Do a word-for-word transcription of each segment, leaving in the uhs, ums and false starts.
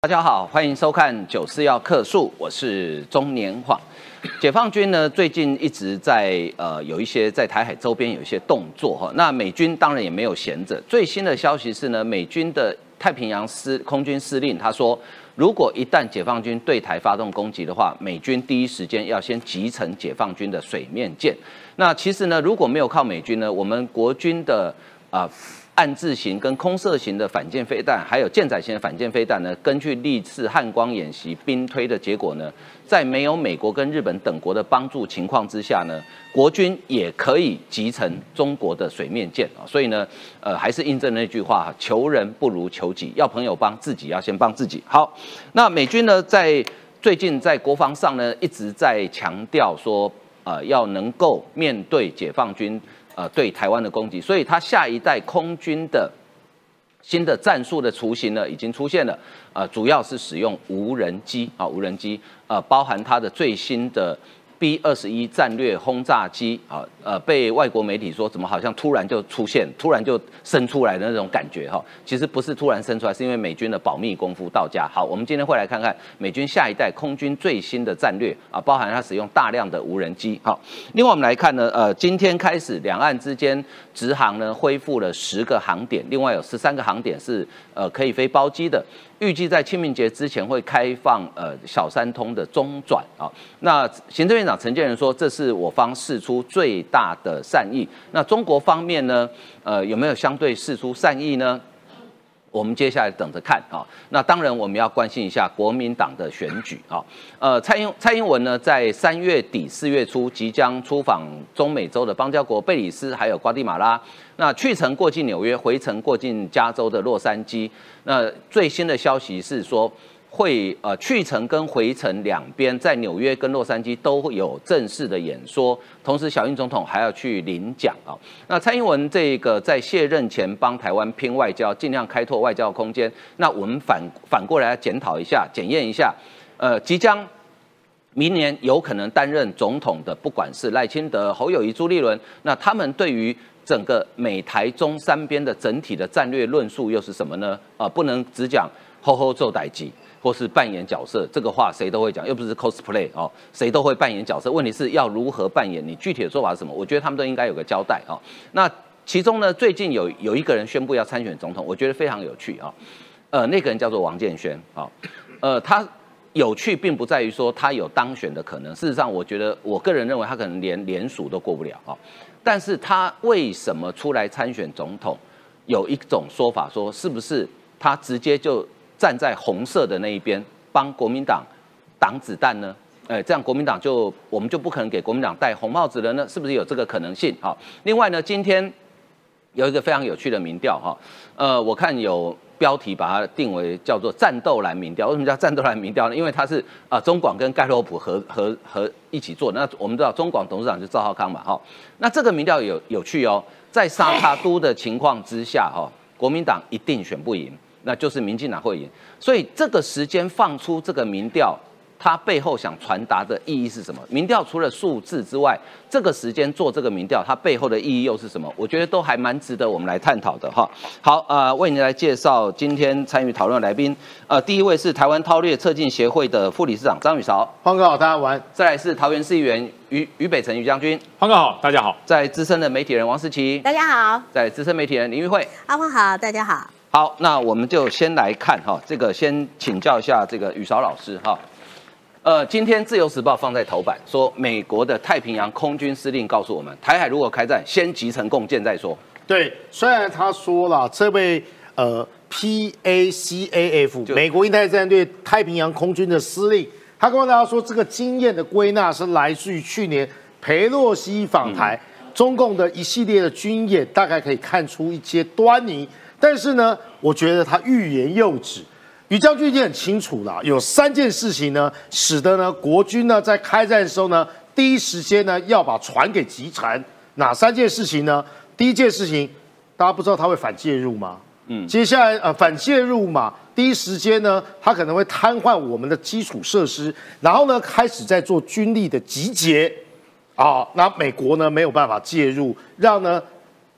大家好，欢迎收看《九四要客诉》，我是钟年晃。解放军呢，最近一直在呃有一些在台海周边有一些动作哈。那美军当然也没有闲着。最新的消息是呢，美军的太平洋司空军司令他说，如果一旦解放军对台发动攻击的话，美军第一时间要先击沉解放军的水面舰。那其实呢，如果没有靠美军呢，我们国军的啊。呃岸置型跟空射型的反舰飞弹，还有舰载型的反舰飞弹呢，根据历次汉光演习兵推的结果呢，在没有美国跟日本等国的帮助情况之下呢，国军也可以击沉中国的水面舰啊。所以呢，呃，还是印证那句话：求人不如求己，要朋友帮，自己要先帮自己。好，那美军呢，在最近在国防上呢，一直在强调说，呃，要能够面对解放军。呃，对台湾的攻击，所以它下一代空军的新的战术的雏形呢，已经出现了。呃，主要是使用无人机啊，无人机，呃，包含它的最新的 B 二十一战略轰炸机啊，呃，被外国媒体说怎么好像突然就出现，突然就生出来的那种感觉哈。其实不是突然生出来，是因为美军的保密功夫到家。好，我们今天会来看看美军下一代空军最新的战略啊，包含它使用大量的无人机。好，另外我们来看呢，呃，今天开始两岸之间直航呢恢复了十个航点，另外有十三个航点是呃可以飞包机的。预计在清明节之前会开放呃小三通的中转啊。那行政院长陈建仁说，这是我方释出最大的善意。那中国方面呢，呃有没有相对释出善意呢？我们接下来等着看啊。那当然，我们要关心一下国民党的选举啊。呃，蔡英蔡英文呢，在三月底四月初即将出访中美洲的邦交国贝里斯还有瓜地马拉。那去程过境纽约，回程过境加州的洛杉矶。那最新的消息是说，会呃去程跟回程两边在纽约跟洛杉矶都有正式的演说，同时小英总统还要去领奖啊。那蔡英文这个在卸任前帮台湾拼外交，尽量开拓外交空间。那我们反反过来要检讨一下，检验一下，呃，即将明年有可能担任总统的，不管是赖清德、侯友宜、朱立伦，那他们对于整个美台中三边的整体的战略论述又是什么呢？啊、呃，不能只讲吼吼做代志，或是扮演角色，这个话谁都会讲，又不是 cosplay 哦，谁都会扮演角色。问题是要如何扮演？你具体的做法是什么？我觉得他们都应该有个交代哦。那其中呢，最近有有一个人宣布要参选总统，我觉得非常有趣啊、哦。呃，那个人叫做王建煊啊、哦，呃，他有趣并不在于说他有当选的可能，事实上，我觉得我个人认为他可能连联署都过不了啊、哦。但是他为什么出来参选总统？有一种说法说，是不是他直接就站在红色的那一边，帮国民党挡子弹呢？呃，这样国民党就我们就不可能给国民党戴红帽子了呢？是不是有这个可能性？好，另外呢，今天有一个非常有趣的民调哈，呃，我看有标题把它定为叫做战斗蓝民调。为什么叫战斗蓝民调呢？因为它是啊、呃、中广跟盖洛普合合合一起做的。那我们知道中广董事长就是赵少康嘛，哈。那这个民调有有趣哦，在沙卡都的情况之下，哈，国民党一定选不赢，那就是民进党会赢。所以这个时间放出这个民调，它背后想传达的意义是什么？民调除了数字之外，这个时间做这个民调，它背后的意义又是什么？我觉得都还蛮值得我们来探讨的哈。好，呃，为您来介绍今天参与讨论的来宾，呃，第一位是台湾韬略策进协会的副理事长张宇韶， 方哥好，大家晚安。 再来是桃园市议员于于北辰于将军， 方哥好，大家好。 再来资深的媒体人王世奇， 大家好。 再来资深媒体人林玉慧， 阿峰好，大家好。 好，那我们就先来看哈，这个先请教一下这个宇韶老师哈。呃，今天《自由时报》放在头版说，美国的太平洋空军司令告诉我们，台海如果开战，先集成共建再说。 对，虽然他说了，这位呃 P A C A F 美国印太战略太平洋空军的司令，他跟大家说，这个经验的归纳是来自于去年裴洛西访台，嗯、中共的一系列的军演，大概可以看出一些端倪。但是呢，我觉得他欲言又止。于将军已经很清楚了，有三件事情呢，使得呢国军呢在开战的时候呢，第一时间呢要把船给击沉。哪三件事情呢？第一件事情，大家不知道他会反介入吗？嗯，接下来呃反介入嘛，第一时间呢，他可能会瘫痪我们的基础设施，然后呢开始在做军力的集结，啊，那美国呢没有办法介入，让呢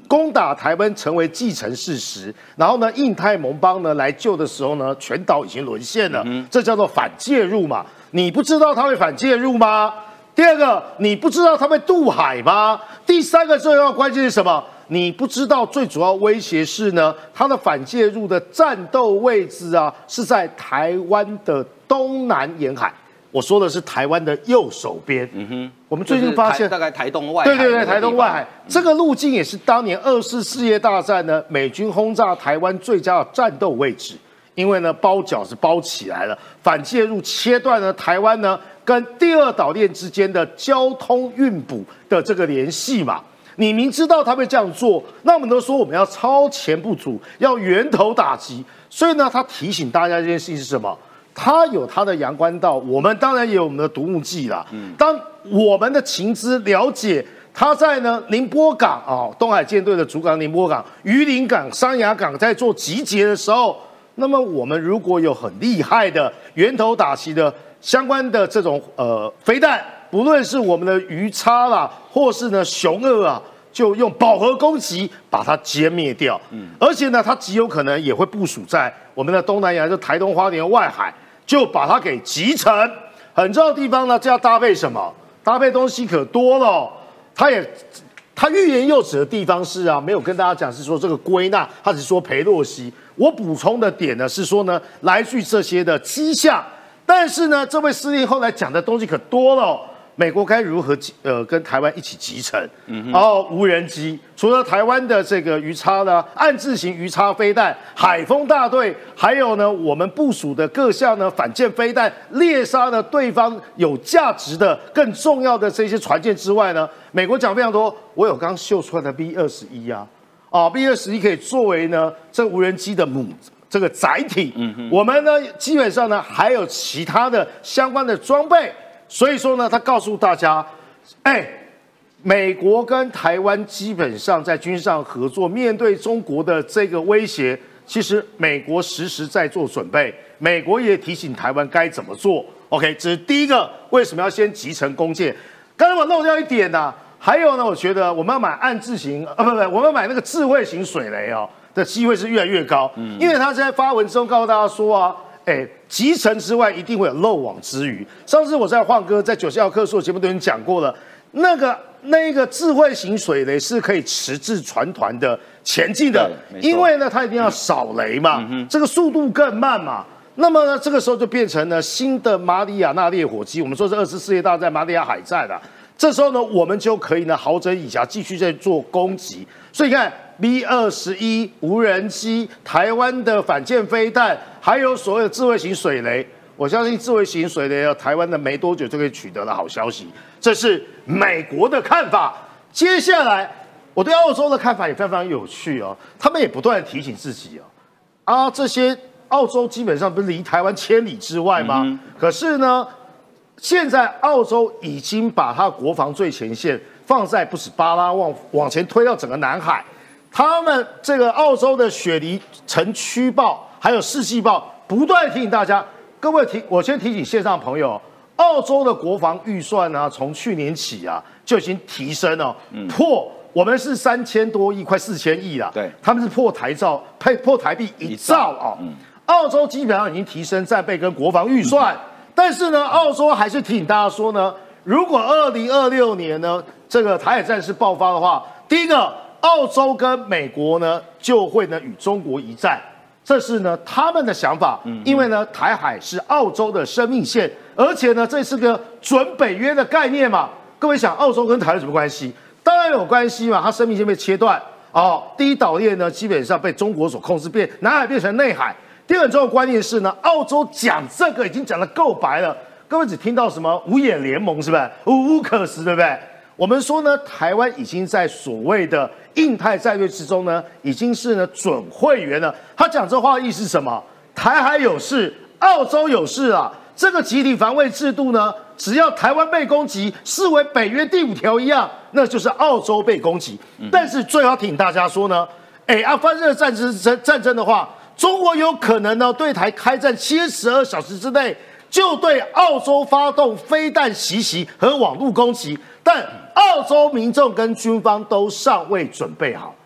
攻打台湾成为既成事实，然后呢，印太盟邦呢来救的时候呢，全岛已经沦陷了，嗯、这叫做反介入嘛？你不知道他会反介入吗？第二个，你不知道他会渡海吗？第三个重要关键是什么？你不知道最主要威胁是呢，它的反介入的战斗位置啊，是在台湾的东南沿海。我说的是台湾的右手边。嗯哼，我们最近发现大概台东外海。 对对对，台东外海、嗯、这个路径也是当年二次世界大战呢美军轰炸台湾最佳的战斗位置。因为呢，包饺是包起来了，反介入切断了台湾呢跟第二岛链之间的交通运补的这个联系嘛。你明知道他会这样做，那我们都说我们要超前部署，要源头打击。所以呢，他提醒大家这件事情是什么？他有他的阳关道，我们当然也有我们的独木骑啦。嗯，当我们的情资了解他在呢宁波港啊、哦，东海舰队的主港宁波港、榆林港、三亚港在做集结的时候。那么我们如果有很厉害的源头打击的相关的这种呃飞弹，不论是我们的鱼叉啦，或是呢雄二啊，就用饱和攻击把它歼灭掉。嗯，而且呢，它极有可能也会部署在我们的东南亚，就台东花莲外海，就把它给击沉。很重要的地方呢，这要搭配什么？搭配东西可多了。它也。他欲言又止的地方是啊，没有跟大家讲是说这个归纳，他只说裴洛西。我补充的点呢是说呢，来自于这些的迹象，但是呢，这位司令后来讲的东西可多了、哦。美国该如何呃跟台湾一起集成？嗯，然后无人机，除了台湾的这个鱼叉呢，暗字型鱼叉飞弹、海风大队，还有呢我们部署的各项呢反舰飞弹，猎杀了对方有价值的、更重要的这些船舰之外呢，美国讲非常多。我有刚秀出来的 B 二十一啊，啊 B 二十一可以作为呢这无人机的母这个载体。嗯，我们呢基本上呢还有其他的相关的装备。所以说呢，他告诉大家，哎，美国跟台湾基本上在军事上合作，面对中国的这个威胁，其实美国时时在做准备，美国也提醒台湾该怎么做。OK， 这是第一个，为什么要先集成弓箭？刚才我漏掉一点呢、啊，还有呢，我觉得我们要买暗字型啊，不不，我们买那个智慧型水雷哦的机会是越来越高，嗯，因为他在发文之后告诉大家说啊。哎，集成之外一定会有漏网之鱼。上次我在晃哥在九十号课数节目都已经讲过了，那个那个智慧型水雷是可以迟滞船团的前进的，因为呢它一定要扫雷嘛，嗯、这个速度更慢嘛。那么呢，这个时候就变成了新的马里亚纳烈火机，我们说是二次世界大战马里亚海战的、啊。这时候呢，我们就可以呢好整以暇，继续在做攻击。所以你看 B 二十一无人机、台湾的反舰飞弹，还有所谓的智慧型水雷，我相信智慧型水雷啊，台湾的没多久就可以取得了好消息。这是美国的看法。接下来，我对澳洲的看法也非常非常有趣哦，他们也不断的提醒自己哦，啊，这些澳洲基本上不是离台湾千里之外吗？嗯、可是呢，现在澳洲已经把它国防最前线放在不止巴拉望，往前推到整个南海。他们这个澳洲的雪梨城区报还有世纪报不断提醒大家，各位提，我先提醒线上朋友，澳洲的国防预算啊，从去年起啊就已经提升了，嗯、破我们是三千多亿，快四千亿了， 对， 他们是破台兆，破破台币一兆啊、哦嗯，澳洲基本上已经提升战备跟国防预算，嗯、但是呢，澳洲还是提醒大家说呢，如果二零二六年呢这个台海战事爆发的话，第一个。澳洲跟美国呢就会呢与中国一战，这是呢他们的想法。因为呢台海是澳洲的生命线，而且呢这是个准北约的概念嘛。各位想，澳洲跟台湾有什么关系？当然有关系嘛，它生命线被切断哦。第一岛链呢基本上被中国所控制，变南海变成内海。第二重要观念是呢，澳洲讲这个已经讲得够白了，各位只听到什么五眼联盟是不是？无无可实，对不对？我们说呢，台湾已经在所谓的印太战略之中呢，已经是呢准会员了。他讲这话的意思是什么？台海有事，澳洲有事啊。这个集体防卫制度呢，只要台湾被攻击，视为北约第五条一样，那就是澳洲被攻击。嗯、但是最好提醒大家说呢，哎，啊，发生战争战战争的话，中国有可能呢对台开战七十二小时之内，就对澳洲发动飞弹袭击和网络攻击。但澳洲民众跟军方都尚未准备好，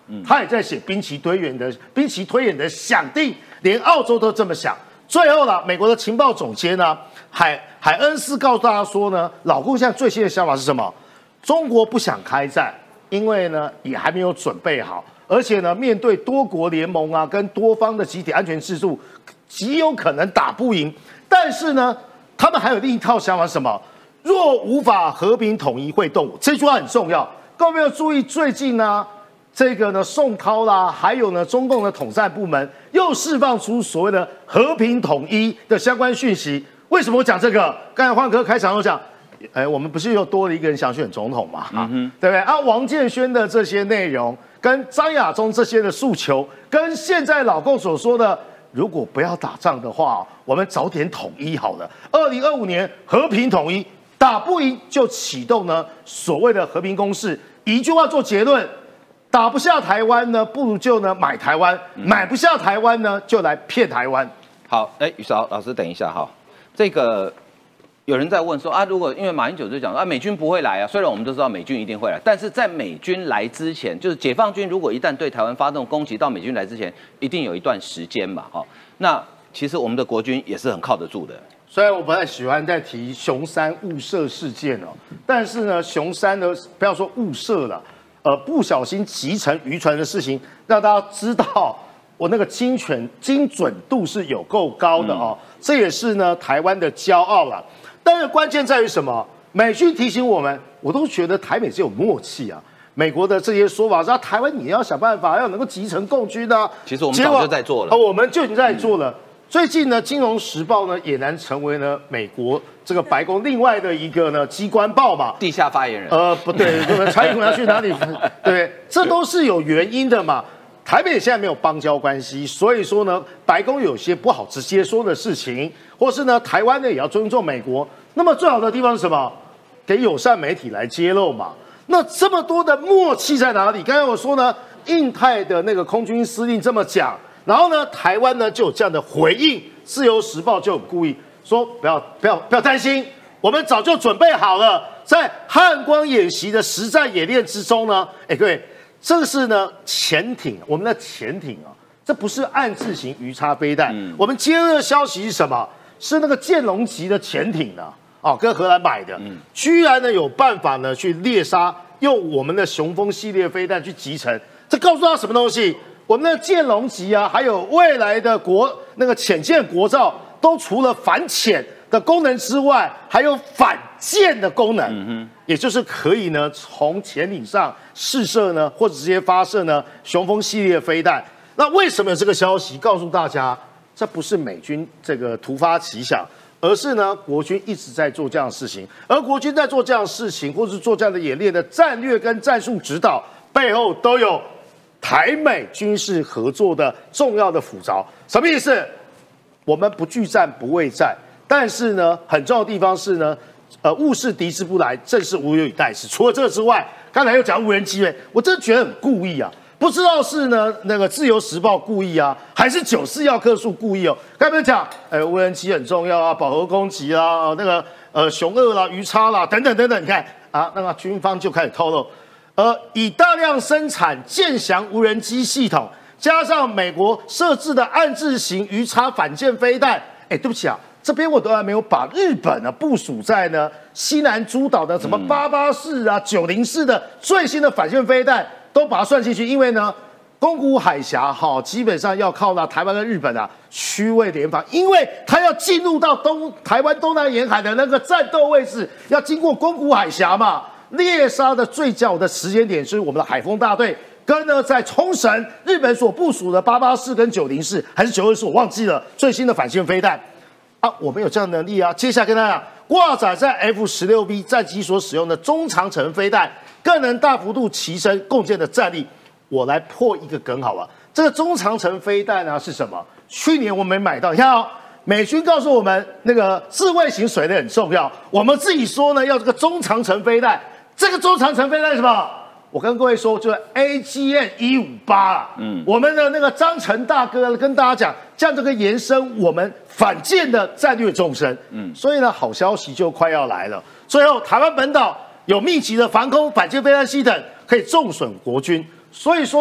嗯，他也在写兵棋推演的兵棋推演的想定，连澳洲都这么想。最后呢，美国的情报总监呢，海海恩斯告诉大家说呢，老共现在最新的想法是什么？中国不想开战，因为呢也还没有准备好，而且呢面对多国联盟啊，跟多方的集体安全制度，极有可能打不赢。但是呢，他们还有另一套想法是什么？若无法和平统一会动武，这句话很重要。各位有没有注意最近呢？这个呢，宋涛啦，还有呢，中共的统战部门又释放出所谓的和平统一的相关讯息。为什么我讲这个？刚才焕哥开场又讲，哎，我们不是又多了一个人想选总统嘛？啊，嗯、对不对？啊，王建煊的这些内容，跟张亚中这些的诉求，跟现在老共所说的，如果不要打仗的话，我们早点统一好了。二零二五年和平统一，打不赢就启动呢所谓的和平攻势。一句话做结论。打不下台湾呢，不如就呢买台湾；买不下台湾呢，就来骗台湾。 好，哎，于少老师，等一下哈，这个有人在问说啊，如果因为马英九就讲说啊，美军不会来啊，虽然我们都知道美军一定会来，但是在美军来之前，就是解放军如果一旦对台湾发动攻击，到美军来之前，一定有一段时间嘛，哈。那其实我们的国军也是很靠得住的。 虽然我不太喜欢在提熊山误射事件哦，但是呢，熊山呢，不要说误射了。呃，不小心集成渔船的事情，让大家知道我那个精准精准度是有够高的哦。嗯、这也是呢台湾的骄傲啦。但是关键在于什么？美军提醒我们，我都觉得台美是有默契啊。美国的这些说法，说台湾你要想办法要能够集成共军啊。 其实我们早就在做了， 我们就已经在做了。嗯最近呢，《金融时报》呢也难成为呢美国这个白宫另外的一个呢机关报嘛， 地下发言人。 呃，不对，蔡英文要去哪里？对，这都是有原因的嘛。台北现在没有邦交关系，所以说呢，白宫有些不好直接说的事情，或是呢，台湾呢也要尊重美国。那么最好的地方是什么？给友善媒体来揭露嘛。那这么多的默契在哪里？刚才我说呢，印太的那个空军司令这么讲。然后呢，台湾呢就有这样的回应，《自由时报》就很故意说不要不要不要担心，我们早就准备好了，在汉光演习的实战演练之中呢，哎各位，这个是呢潜艇，我们的潜艇啊，这不是暗字型鱼叉飞弹。嗯、我们接到的消息是什么？是那个剑龙级的潜艇呢、啊，哦，跟荷兰买的，嗯、居然呢有办法呢去猎杀，用我们的雄风系列飞弹去集成，这告诉他什么东西？我们的剑龙级啊，还有未来的国那个潜舰国造，都除了反潜的功能之外，还有反舰的功能，嗯哼，也就是可以呢从潜艇上试射呢，或者直接发射呢雄风系列飞弹。那为什么有这个消息？告诉大家，这不是美军这个突发奇想，而是呢国军一直在做这样的事情，而国军在做这样的事情，或是做这样的演练的战略跟战术指导背后都有。台美军事合作的重要的辅招，什么意思？我们不惧战不畏战，但是呢，很重要的地方是呢，呃，物是敌之不来，正是无有以待之。除了这个之外，刚才又讲无人机，我真的觉得很故意啊！不知道是呢那个《自由时报》故意啊，还是九四要客诉故意哦？刚才讲，呃，无人机很重要啊，饱和攻击啊，那个呃熊二啦、鱼叉啦等等等等，你看啊，那个军方就开始透露。呃，以大量生产剑翔无人机系统，加上美国设置的暗字型鱼叉反舰飞弹，哎，对不起啊，这边我都还没有把日本呢部署在呢西南诸岛的什么八八式啊、九零式的最新的反舰飞弹都把它算进去，因为呢，宫古海峡哈、哦、基本上要靠呢台湾跟日本啊区位联防，因为它要进入到东台湾东南沿海的那个战斗位置，要经过宫古海峡嘛。猎杀的最佳的时间点是我们的海风大队，跟呢在冲绳日本所部署的八八式跟九零式还是九二式，我忘记了最新的反舰飞弹啊，我们有这样的能力啊。接下来跟大家讲，挂载在 F 十六 B 战机所使用的中长程飞弹，更能大幅度提升共建的战力。我来破一个梗好了，这个中长程飞弹啊是什么？去年我们买到，你看哦。美军告诉我们，那个自卫型水雷很重要。我们自己说呢，要这个中长程飞弹。这个中长程飞弹是什么？我跟各位说，就是 A G M 一五八啊。嗯，我们的那个张成大哥跟大家讲，这样就可以延伸我们反舰的战略纵深。嗯，所以呢，好消息就快要来了。最后，台湾本岛有密集的防空反舰飞弹系统，可以重损国军。所以说呢，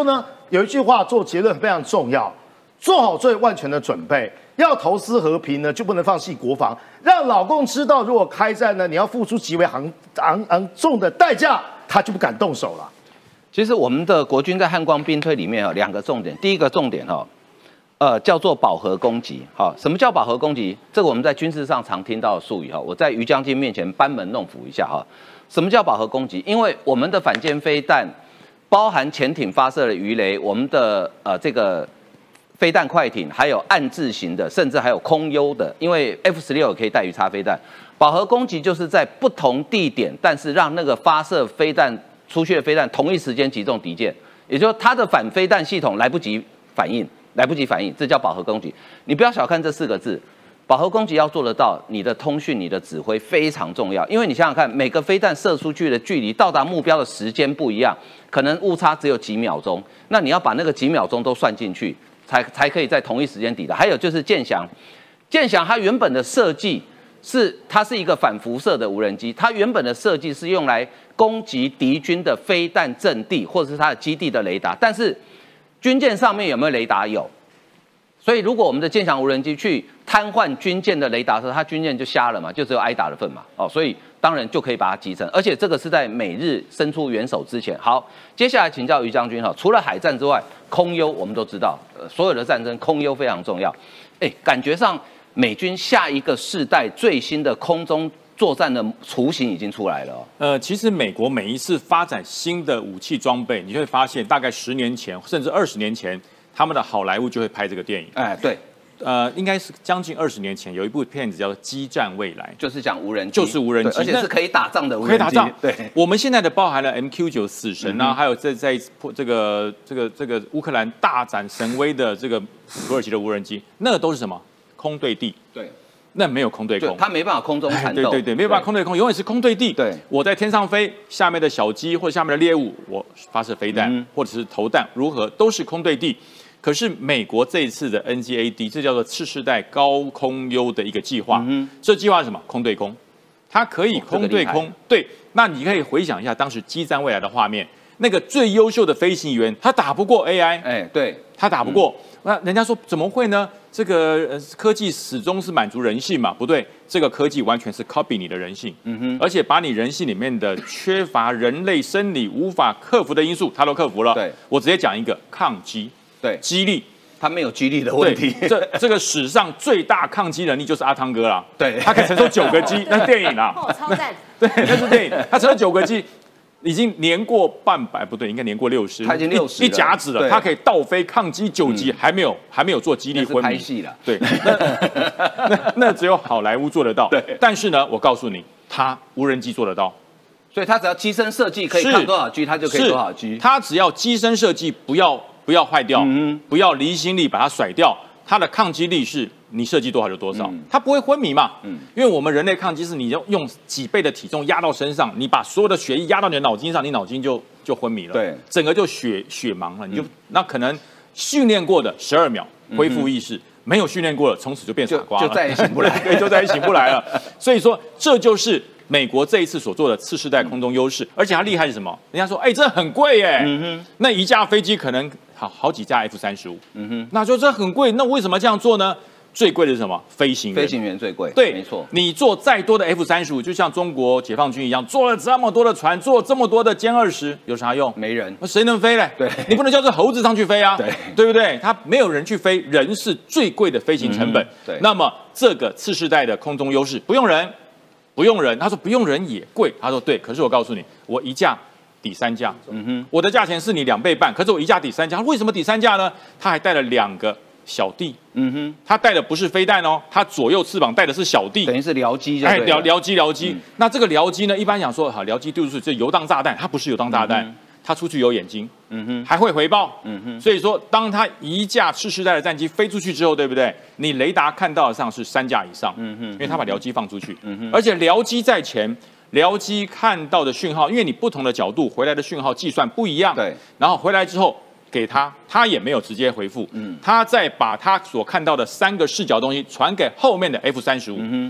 有一句话做结论非常重要：做好最万全的准备。要投资和平呢，就不能放弃国防。让老共知道，如果开战呢，你要付出极为昂昂昂重的代价，他就不敢动手了。 其实我们的国军在汉光兵推里面有两个重点，第一个重点哈，呃，叫做饱和攻击。好，什么叫饱和攻击？这个我们在军事上常听到的术语哈，我在于将军面前班门弄斧一下哈。什么叫饱和攻击？因为我们的反舰飞弹包含潜艇发射的鱼雷，我们的呃这个飞弹快艇，还有暗制型的，甚至还有空优的，因为 F 十六 可以带鱼叉飞弹。饱和攻击就是在不同地点，但是让那个发射飞弹出去的飞弹同一时间击中敌舰，也就是它的反飞弹系统来不及反应，来不及反应，这叫饱和攻击。你不要小看这四个字。饱和攻击要做得到，你的通讯、你的指挥非常重要，因为你想想看，每个飞弹射出去的距离、到达目标的时间不一样，可能误差只有几秒钟，那你要把那个几秒钟都算进去，才才可以在同一时间抵达。还有就是剑翔，剑翔它原本的设计是它是一个反辐射的无人机，它原本的设计是用来攻击敌军的飞弹阵地或者是它的基地的雷达，但是军舰上面有没有雷达？有。所以，如果我们的剑翔无人机去瘫痪军舰的雷达的时候，它军舰就瞎了嘛，就只有挨打的份嘛。哦，所以当然就可以把它击沉，而且这个是在美日伸出援手之前。好，接下来请教于将军哈，除了海战之外，空优我们都知道，呃，所有的战争空优非常重要。哎，感觉上美军下一个世代最新的空中作战的雏形已经出来了、哦。 呃，其实美国每一次发展新的武器装备，你会发现大概十年前甚至二十年前。他们的好莱坞就会拍这个电影， 哎，对， 呃，应该是将近二十年前有一部片子叫做《激战未来》， 就是讲无人机， 就是无人机， 而且是可以打仗的无人机， 可以打仗。 对， 我们现在的包含了 M Q 九死神啊， 嗯、 还有在在这个这个这个乌克兰大展神威的这个土耳其的无人机，那个都是什么？空对地。 对。 那没有空对空， 它没办法空中缠斗， 对对对，没有办法空对空，永远是空对地。 对， 我在天上飞，下面的小鸡或者下面的猎物，我发射飞弹、嗯、或者是投弹，如何都是空对地。可是美国这一次的 N G A D， 这叫做次世代高空优的一个计划。嗯、这计划是什么？空对空，它可以空对空。哦、对，那你可以回想一下当时激战未来的画面，那个最优秀的飞行员，他打不过 A I。 哎，对， 他打不过。嗯、那人家说怎么会呢？这个呃科技始终是满足人性嘛？不对，这个科技完全是 copy 你的人性。嗯哼，而且把你人性里面的缺乏人类生理无法克服的因素，他都克服了。 对， 我直接讲一个抗击。 对， 激励， 他没有激励的问题。 这这个史上最大抗击能力就是阿汤哥啦。 对， 他可以承受九个击，那是电影啦。 哦，超赞。 对，那是电影，他承受九个击，已经年过半百，不对，应该年过六十。 他已经六十一甲子了，他可以倒飞抗击九级，还没有还没有做激励昏迷。 拍戏了。 对，那那那只有好莱坞做得到。 对， 但是呢，我告诉你，他无人机做得到。 所以他只要机身设计可以抗多少 G， 他就可以多少 G。 他只要机身设计不要。不要坏掉，嗯、不要离心力把它甩掉，它的抗击力是你设计多少就多少，嗯、它不会昏迷嘛。嗯、因为我们人类抗击是你要用几倍的体重压到身上，你把所有的血液压到你的脑筋上，你脑筋就就昏迷了， 对，整个就血血盲了。你就、嗯、那可能训练过的十二秒恢复意识，嗯、没有训练过的从此就变傻瓜了， 就再也醒不来， 对，就再也醒不来了。所以说这就是美国这一次所做的次世代空中优势，而且它厉害是什么？人家说，哎、欸，这很贵耶，嗯哼，那一架飞机可能。好好几架 F 三十五，嗯哼，那说这很贵，那为什么这样做呢？最贵的是什么？飞行员， 飞行员最贵， 对， 没错。 你做再多的 F 三十五，就像中国解放军一样，做了这么多的船，做了这么多的歼二十，有啥用？ 没人， 谁能飞嘞？ 对， 你不能叫这猴子上去飞啊， 对， 对不对？他没有人去飞，人是最贵的飞行成本。嗯、 对， 那么这个次世代的空中优势，不用人，不用人。他说不用人也贵，他说对，可是我告诉你，我一架。抵三架，嗯哼，我的价钱是你两倍半，可是我一架抵三架，为什么抵三架呢？他还带了两个小弟，嗯哼，他带的不是飞弹哦，他左右翅膀带的是小弟， 等于是僚机就哎，僚僚机僚机。嗯、那这个僚机呢，一般讲说，好，僚机丢出去这游荡炸弹，它不是游荡炸弹，它、嗯、出去有眼睛，嗯哼，还会回报，嗯哼。所以说，当它一架次世代的战机飞出去之后，对不对？你雷达看到的上是三架以上，嗯哼，因为它把僚机放出去，嗯哼，而且僚机在前。僚机看到的讯号，因为你不同的角度回来的讯号计算不一样， 对， 然后回来之后给他，他也没有直接回复，嗯，他再把他所看到的三个视角东西传给后面的 F 三十五，嗯哼，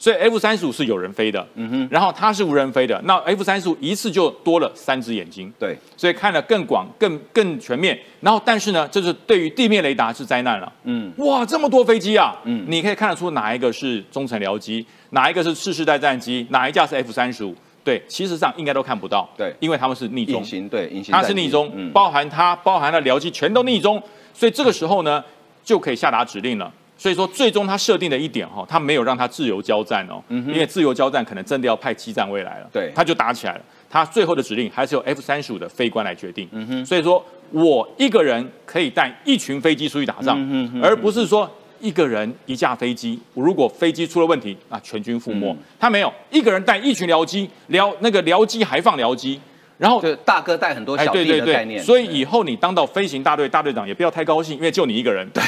所以 F 三十五是有人飞的，嗯哼，然后它是无人飞的，那 F 三十五一次就多了三只眼睛， 对， 所以看得更广、更更全面。然后，但是呢，这是对于地面雷达是灾难了，嗯，哇，这么多飞机啊，嗯，你可以看得出哪一个是中程僚机，哪一个是次世代战机，哪一架是 F 三十五。对，其实上应该都看不到， 对， 因为他们是逆中， 隐形，对，隐形， 它是逆中，嗯、包含它，包含了僚机全都逆中，所以这个时候呢，就可以下达指令了。所以说，最终它设定的一点哈，它没有让它自由交战哦，嗯、因为自由交战可能真的要派机战位来了， 对， 它就打起来了。它最后的指令还是由 F 三十五的飞官来决定，嗯哼，所以说我一个人可以带一群飞机出去打仗，嗯、哼哼而不是说。一个人一架飞机，如果飞机出了问题，那全军覆没。嗯、他没有一个人带一群僚机，僚那个僚机还放僚机，然后就大哥带很多小弟的概念。 哎、对对对所以以后你当到飞行大队大队长，也不要太高兴，因为就你一个人。对，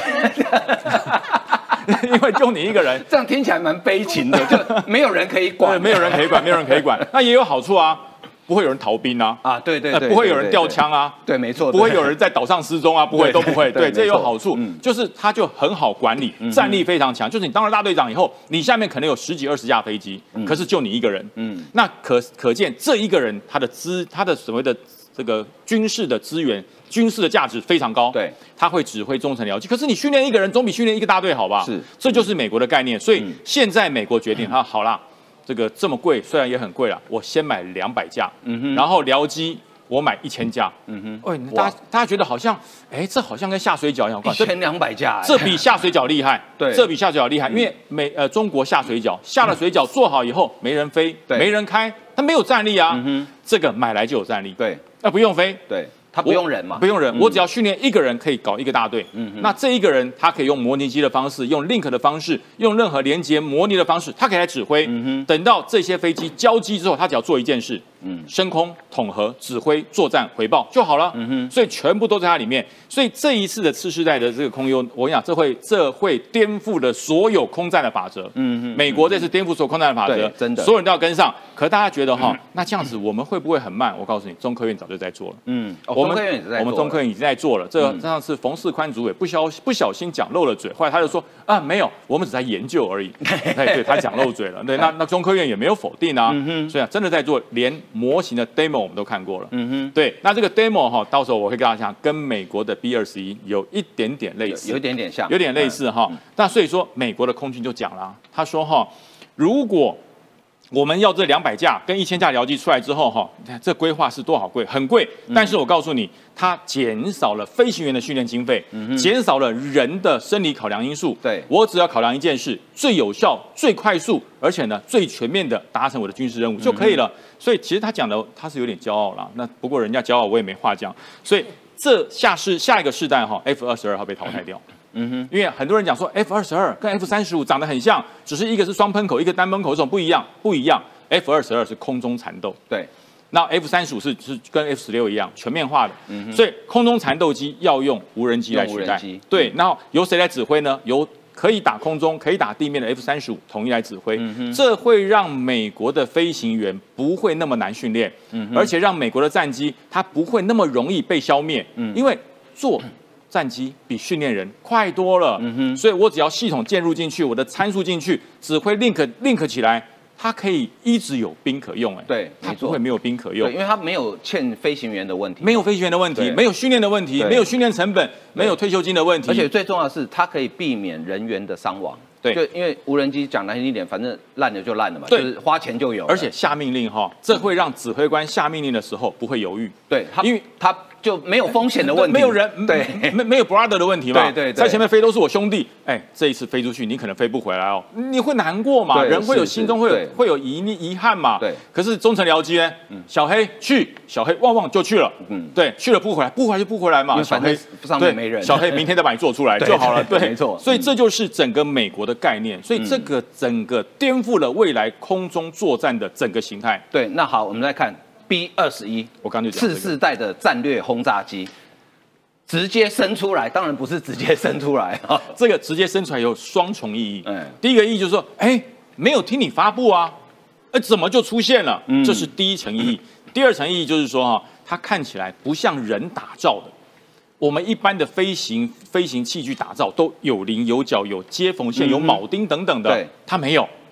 因为就你一个人， 这样听起来蛮悲情的，就没有人可以管， 没有人可以管，没有人可以管。那也有好处啊。不会有人逃兵啊！ 啊，对对对， 不会有人掉枪啊！ 对，没错， 不会有人在岛上失踪啊！不会，都不会。对，这有好处，就是它就很好管理，战力非常强。就是你当了大队长以后，你下面可能有十几二十架飞机，可是就你一个人，嗯，那可可见这一个人他的资他的所谓的这个军事的资源、军事的价值非常高。 对， 他会指挥中程僚机。可是你训练一个人总比训练一个大队好吧？ 是， 这就是美国的概念。所以现在美国决定，他好啦。这个这么贵，虽然也很贵啦，我先买两百架，嗯哼，然后僚机我买一千架，嗯哼，喂，大家大家觉得好像，哎，这好像跟下水饺一样， 一千两百架， 这比下水饺厉害， 对， 这比下水饺厉害，因为美呃中国下水饺下了水饺做好以后没人飞，没人开，它没有战力啊，嗯哼，这个买来就有战力， 对， 那不用飞， 对。他不用人嘛？ 不用人，我只要训练一个人可以搞一个大队。嗯，那这一个人他可以用模拟机的方式，用 link 的方式，用任何连接模拟的方式，他可以来指挥。嗯哼，等到这些飞机交机之后，他只要做一件事，嗯，升空、统合、指挥、作战、回报就好了。嗯哼，所以全部都在它里面。所以这一次的次世代的这个空优，我跟你讲，这会这会颠覆了所有空战的法则。嗯哼，美国这次颠覆所有空战的法则， 真的， 所有人都要跟上。可是大家觉得哈，那这样子我们会不会很慢？我告诉你，中科院早就在做了。嗯， 我们中科院也在， 我们中科院已经在做了。这个上次冯世宽主委不小不小心讲漏了嘴，后来他就说啊，没有，我们只在研究而已。哎，对他讲漏嘴了。对，那那中科院也没有否定啊。所以啊，真的在做，连模型的 demo 我们都看过了。嗯哼，对，那这个 demo 哈，到时候我会跟大家讲，跟美国的 B 二十一有一点点类似， 有一点点像， 有点类似哈。那所以说，美国的空军就讲了，他说哈，如果我们要这两百架跟一千架僚机出来之后，哈，这规划是多少贵？很贵。但是我告诉你，它减少了飞行员的训练经费，减少了人的生理考量因素。 对， 我只要考量一件事，最有效、最快速，而且呢最全面的达成我的军事任务就可以了。所以其实他讲的他是有点骄傲啦。那不过人家骄傲，我也没话讲。所以这下世下一个世代哈 ，F 二十二会被淘汰掉。嗯哼，因为很多人讲说 F 二十二跟 F 三十五长得很像，只是一个是双喷口，一个单喷口，有什么不一样？不一样 ，F 二十二是空中缠斗， 对， 那 F 三十五是是跟 F 十六一样全面化的，嗯、所以空中缠斗机要用无人机来取代，对，然后由谁来指挥呢？由可以打空中、可以打地面的 F 三十五统一来指挥，嗯、这会让美国的飞行员不会那么难训练，嗯、而且让美国的战机它不会那么容易被消灭，嗯、因为做战机比训练人快多了，嗯哼，所以我只要系统建入进去，我的参数进去，指挥 link link 起来，它可以一直有兵可用，哎， 对， 它不会没有兵可用， 对，因为它没有欠飞行员的问题， 没有飞行员的问题，没有训练的问题，没有训练成本，没有退休金的问题， 而且最重要的是，它可以避免人员的伤亡。 对， 就因为无人机讲难听一点，反正烂了就烂了嘛，就是花钱就有。 而且下命令哈，这会让指挥官下命令的时候不会犹豫。 对，因为他就没有风险的问题， 没有人对， 没没有 brother 的问题嘛。 对对， 在前面飞都是我兄弟，哎，这一次飞出去你可能飞不回来哦，你会难过嘛？人会有心中会有会有遗遗憾嘛？ 对。 可是中程僚机呢？小黑去，小黑旺旺就去了。嗯，对，去了不回来，不回来就不回来嘛。 小黑上面没人， 小黑明天再把你做出来就好了。对， 没错。 所以这就是整个美国的概念，所以这个整个颠覆了未来空中作战的整个形态。 对，那好，我们来看 B 二十一， 我刚就讲次世代的战略轰炸机。直接生出来，当然不是直接生出来啊， 这个直接生出来有双重意义。嗯，第一个意义就是说，哎，没有听你发布啊，呃，怎么就出现了？嗯，这是第一层意义。第二层意义就是说，哈，它看起来不像人打造的。我们一般的飞行飞行器具打造都有棱有角、有接缝线、有铆钉等等的， 对， 它没有。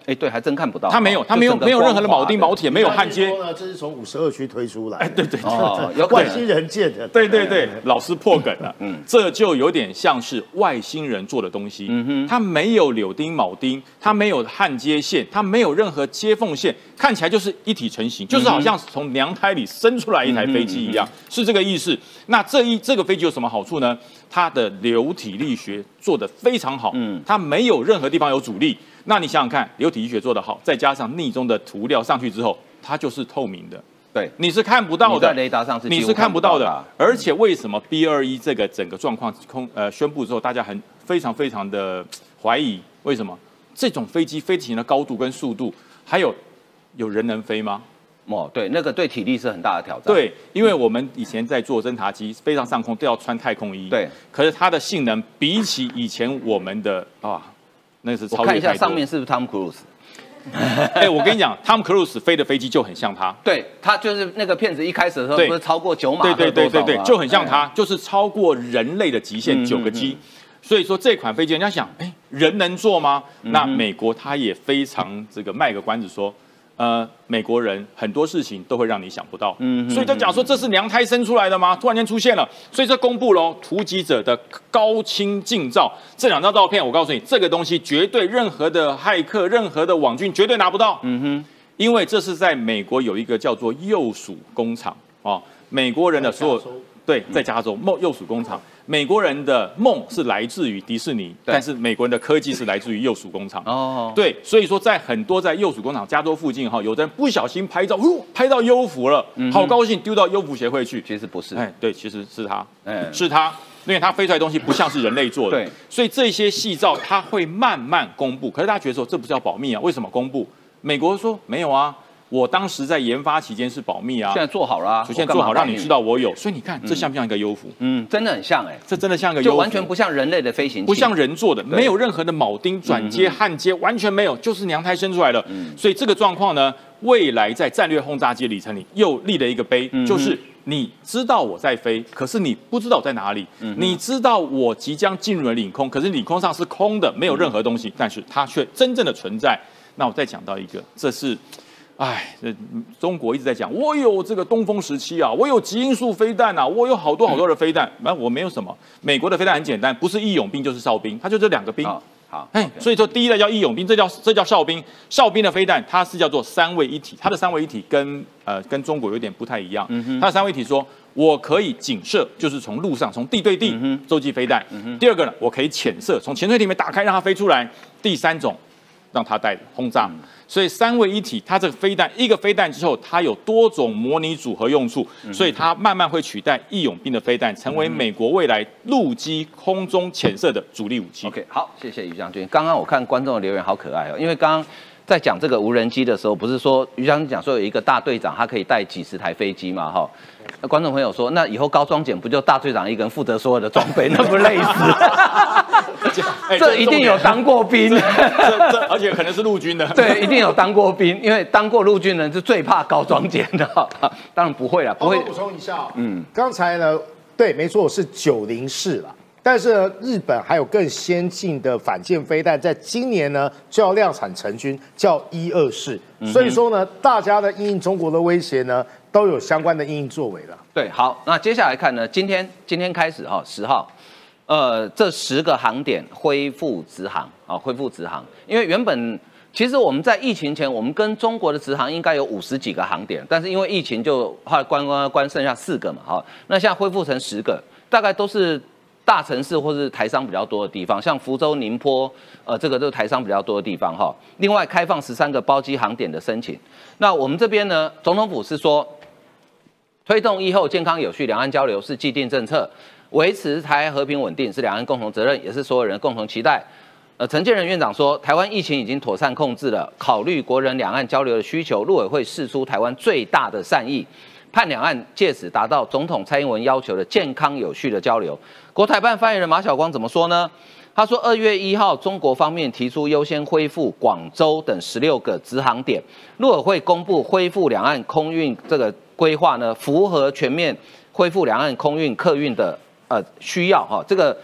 哎，对，还真看不到。 它没有，它没有没有任何的铆钉、铆铁，没有焊接。 呢，这是从五十二区推出来。哎， 对对哦，有外星人建的。 对对对，老师破梗了。嗯，这就有点像是外星人做的东西。嗯哼，它没有柳钉、铆钉，它没有焊接线，它没有任何接缝线，看起来就是一体成型，就是好像从娘胎里生出来一台飞机一样，是这个意思。那这一这个飞机有什么好处呢？它的流体力学做得非常好，嗯，它没有任何地方有阻力。那你想想看，流体力学做得好，再加上逆中的涂料上去之后，它就是透明的， 对， 你是看不到的， 你在雷达上是你是看不到的。啊、而且为什么 B 二一 这个整个状况空呃宣布之后，大家很非常非常的怀疑？为什么这种飞机飞行的高度跟速度，还有有人能飞吗？ 哦，对，那个对体力是很大的挑战。 对，因为我们以前在做侦察机飞上上空都要穿太空衣， 对， 可是它的性能比起以前我们的啊。那是超越太多。 我看一下上面是不是 Tom Cruise？ 哎，我跟你讲 ，Tom Cruise 飞的飞机就很像他。 对，他就是那个片子一开始的时候，不是超过九马赫多少吗？ 对对对对对，就很像他，就是超过人类的极限九个 G。所以说这款飞机，人家想，哎，人能坐吗？那美国他也非常这个卖个关子说。呃，美国人很多事情都会让你想不到，嗯，所以就讲说这是娘胎生出来的吗？突然间出现了，所以这公布喽，突击者的高清近照，这两张照片，我告诉你，这个东西绝对任何的骇客、任何的网军绝对拿不到，嗯哼，因为这是在美国有一个叫做鼬鼠工厂哦，美国人的所有对，在加州梦鼬鼠工厂。美国人的梦是来自于迪士尼，但是美国人的科技是来自于鼬鼠工厂。哦，对，所以说在很多在鼬鼠工厂加州附近哈，有的人不小心拍照，呼，拍到优服了，嗯、好高兴，丢到优服协会去。 其实不是， 哎，对，其实是他，嗯，是他，因为他飞出来的东西不像是人类做的，对，所以这些细照他会慢慢公布。可是大家觉得说这不叫保密啊？为什么公布？美国说没有啊。我当时在研发期间是保密啊， 现在做好了、啊， 现在做好让你知道我有，所以你看这像不像一个优服？ 嗯，真的很像哎、欸， 这真的像一个优服， 就完全不像人类的飞行器， 不像人做的，没有任何的铆钉、转接、焊接，完全没有，就是娘胎生出来的。嗯、所以这个状况呢，未来在战略轰炸机里程里又立了一个碑，嗯、就是你知道我在飞，可是你不知道我在哪里；嗯、你知道我即将进入了领空，可是领空上是空的，没有任何东西，但是它却真正的存在。那我再讲到一个，这是。哎，这中国一直在讲，我有这个东风十七啊，我有极音速飞弹啊，我有好多好多的飞弹。那、嗯、我没有什么。美国的飞弹很简单，不是义勇兵就是哨兵，它就这两个兵。好，好哎， okay. 所以说第一代叫义勇兵，这叫这叫哨兵。哨兵的飞弹它是叫做三位一体，它的三位一体跟呃跟中国有点不太一样。嗯、它的三位一体说，我可以警射，就是从陆上从地对地洲际飞弹。嗯、第二个呢，我可以潜射，从潜水艇里面打开让它飞出来。第三种。让它带轰炸，嗯、所以三位一体，它这个飞弹一个飞弹之后，它有多种模拟组合用处，嗯、所以它慢慢会取代义勇兵的飞弹，成为美国未来陆基空中潜射的主力武器。 OK， 好，谢谢于将军。刚刚我看观众的留言好可爱哦，因为刚刚在讲这个无人机的时候，不是说于将军讲说有一个大队长，他可以带几十台飞机嘛，哈。那观众朋友说，那以后高装检不就大队长一个人负责所有的装备，那不累死？ 欸、 这一定有当过兵， 这这而且可能是陆军的， 对，一定有当过兵，因为当过陆军人是最怕高装检的。当然不会啦，不会。 我补充一下，嗯，刚才呢，对，没错，是九零式啦。但是呢，日本还有更先进的反舰飞弹，在今年呢就要量产成军，叫一二式。嗯、所以说呢，大家的因应中国的威胁呢，都有相关的因应作为了。 对，好，那接下来看呢，今天今天开始哈，十号，呃，这十个航点恢复直航啊，恢复直航，因为原本其实我们在疫情前，我们跟中国的直航应该有五十几个航点，但是因为疫情就后来关关关剩下四个嘛，哈，那现在恢复成十个，大概都是。大城市或是台商比较多的地方，像福州、宁波，呃，这个都是台商比较多的地方哈。另外，开放十三个包机航点的申请。那我们这边呢，总统府是说，推动疫后健康有序两岸交流是既定政策，维持台海和平稳定是两岸共同责任，也是所有人共同期待。呃，陈建仁院长说，台湾疫情已经妥善控制了，考虑国人两岸交流的需求，陆委会释出台湾最大的善意。盼两岸借此达到总统蔡英文要求的健康有序的交流。国台办发言人马晓光怎么说呢？他说，二月一号，中国方面提出优先恢复广州等十六个直航点，陆委会公布恢复两岸空运这个规划呢，符合全面恢复两岸空运客运的呃需要哈。这个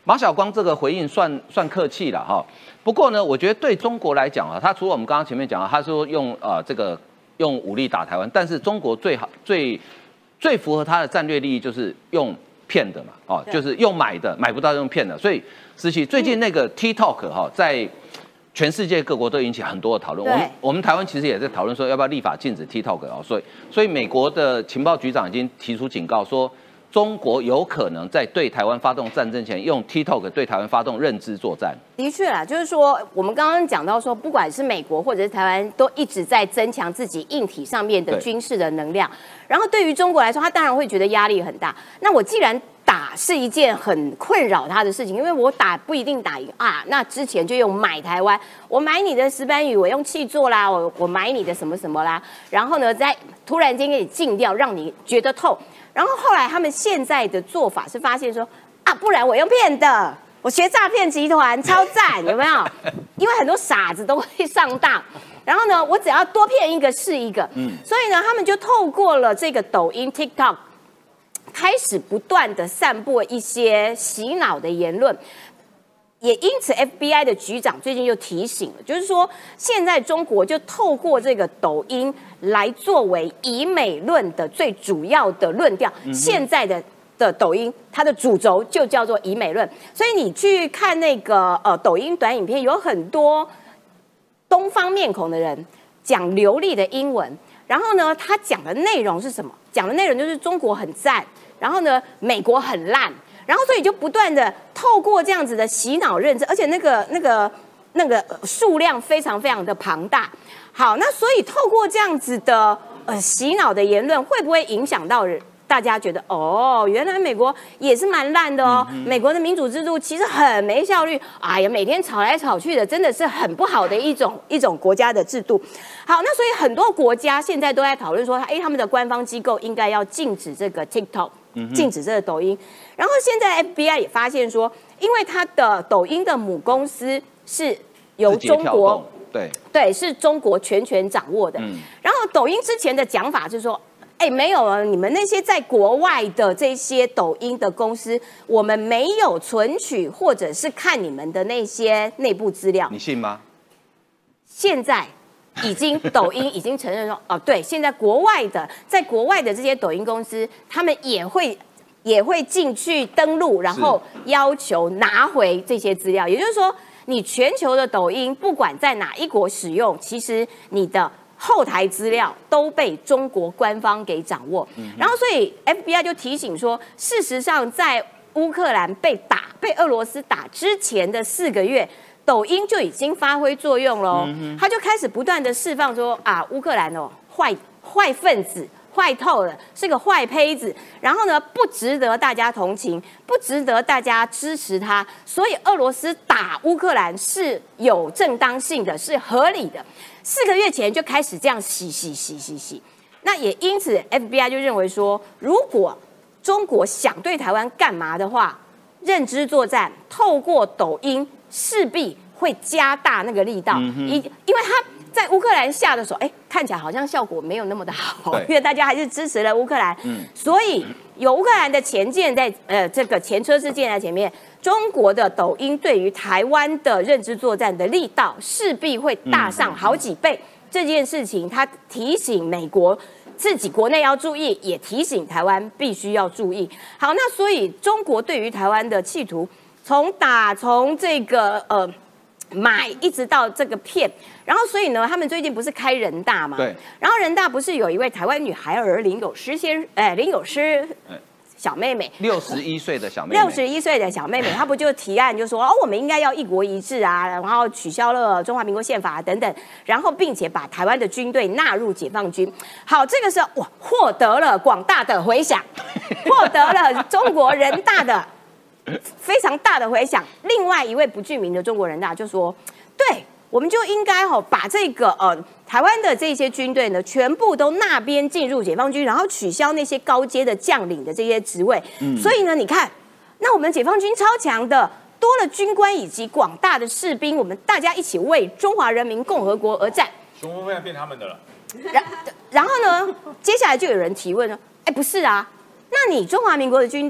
马晓光这个回应算算客气了哈。不过呢，我觉得对中国来讲啊，他除了我们刚刚前面讲啊，他说用呃这个用武力打台湾，但是中国最好最最符合他的战略利益就是用骗的嘛，哦，就是用买的，买不到用骗的。所以思琪最近那个 TikTok 哈，在全世界各国都引起很多的讨论。我们我们台湾其实也在讨论说要不要立法禁止 TikTok 哦，所以所以美国的情报局长已经提出警告说，中国有可能在对台湾发动战争前，用 TikTok 对台湾发动认知作战。 的确啦，就是说我们刚刚讲到说，不管是美国或者是台湾，都一直在增强自己硬体上面的军事的能量。然后对于中国来说，他当然会觉得压力很大。那我既然打是一件很困扰他的事情，因为我打不一定打赢啊。那之前就用买台湾，我买你的石斑鱼，我用气做啦，我我买你的什么什么啦，然后呢，再突然间给你禁掉，让你觉得痛。然后后来他们现在的做法是发现说啊，不然我用骗的，我学诈骗集团超赞，有没有？因为很多傻子都会上当。然后呢，我只要多骗一个是一个。嗯，所以呢，他们就透过了这个抖音 TikTok。开始不断的散播一些洗脑的言论，也因此 F B I 的局长最近又提醒了，就是说现在中国就透过这个抖音来作为以美论的最主要的论调。嗯、现在的的抖音它的主轴就叫做以美论，所以你去看那个呃抖音短影片，有很多东方面孔的人讲流利的英文。然后呢，他讲的内容是什么？讲的内容就是中国很赞，然后呢，美国很烂，然后所以就不断的透过这样子的洗脑认知，而且那个那个那个数量非常非常的庞大。好，那所以透过这样子的呃洗脑的言论，会不会影响到人？大家觉得哦，原来美国也是蛮烂的哦，嗯、美国的民主制度其实很没效率，哎呀，每天吵来吵去的，真的是很不好的一种一种国家的制度。好，那所以很多国家现在都在讨论说，哎，他们的官方机构应该要禁止这个 TikTok， 禁止这个抖音。然后现在 F B I 也发现说，因为它的抖音的母公司是由中国对对是中国全权掌握的，嗯、然后抖音之前的讲法是说。哎，没有啊！你们那些在国外的这些抖音的公司，我们没有存取或者是看你们的那些内部资料。 你信吗？ 现在已经抖音已经承认说，哦，对，现在国外的在国外的这些抖音公司，他们也会也会进去登录，然后要求拿回这些资料。也就是说，你全球的抖音不管在哪一国使用，其实你的后台资料都被中国官方给掌握，嗯、然后所以 F B I 就提醒说，事实上在乌克兰被打、被俄罗斯打之前的四个月，抖音就已经发挥作用了，嗯、他就开始不断的释放说啊，乌克兰哦，坏坏分子。坏透了，是个坏胚子，然后呢，不值得大家同情，不值得大家支持他，所以俄罗斯打乌克兰是有正当性的，是合理的。四个月前就开始这样洗洗洗洗洗，那也因此 F B I 就认为说，如果中国想对台湾干嘛的话，认知作战透过抖音势必会加大那个力道，嗯、因因为他。在乌克兰下的手，哎，看起来好像效果没有那么的好，因为大家还是支持了乌克兰，嗯、所以有乌克兰的前舰在呃这个前车之鉴在前面，中国的抖音对于台湾的认知作战的力道势必会大上好几倍。嗯、这件事情，他提醒美国自己国内要注意，也提醒台湾必须要注意。好，那所以中国对于台湾的企图，从打从这个呃。买一直到这个骗，然后所以呢，他们最近不是开人大嘛？ 对。 然后人大不是有一位台湾女孩儿林有诗先，哎，林有诗小妹妹， 六十一岁的小妹妹， 六十一岁的小妹妹，她不就提案就说哦，我们应该要一国一制啊，然后取消了中华民国宪法等等，然后并且把台湾的军队纳入解放军。好，这个时候哇，获得了广大的回响，获得了中国人大的。非常大的回响。另外一位不具名的中国人大就说：“对，我们就应该哦，把这个呃台湾的这些军队呢，全部都纳编进入解放军，然后取消那些高阶的将领的这些职位。嗯、所以呢，你看，那我们解放军超强的，多了军官以及广大的士兵，我们大家一起为中华人民共和国而战。 雄风要变他们的了。 然然后呢，接下来就有人提问了：哎，不是啊，那你中华民国的军队？”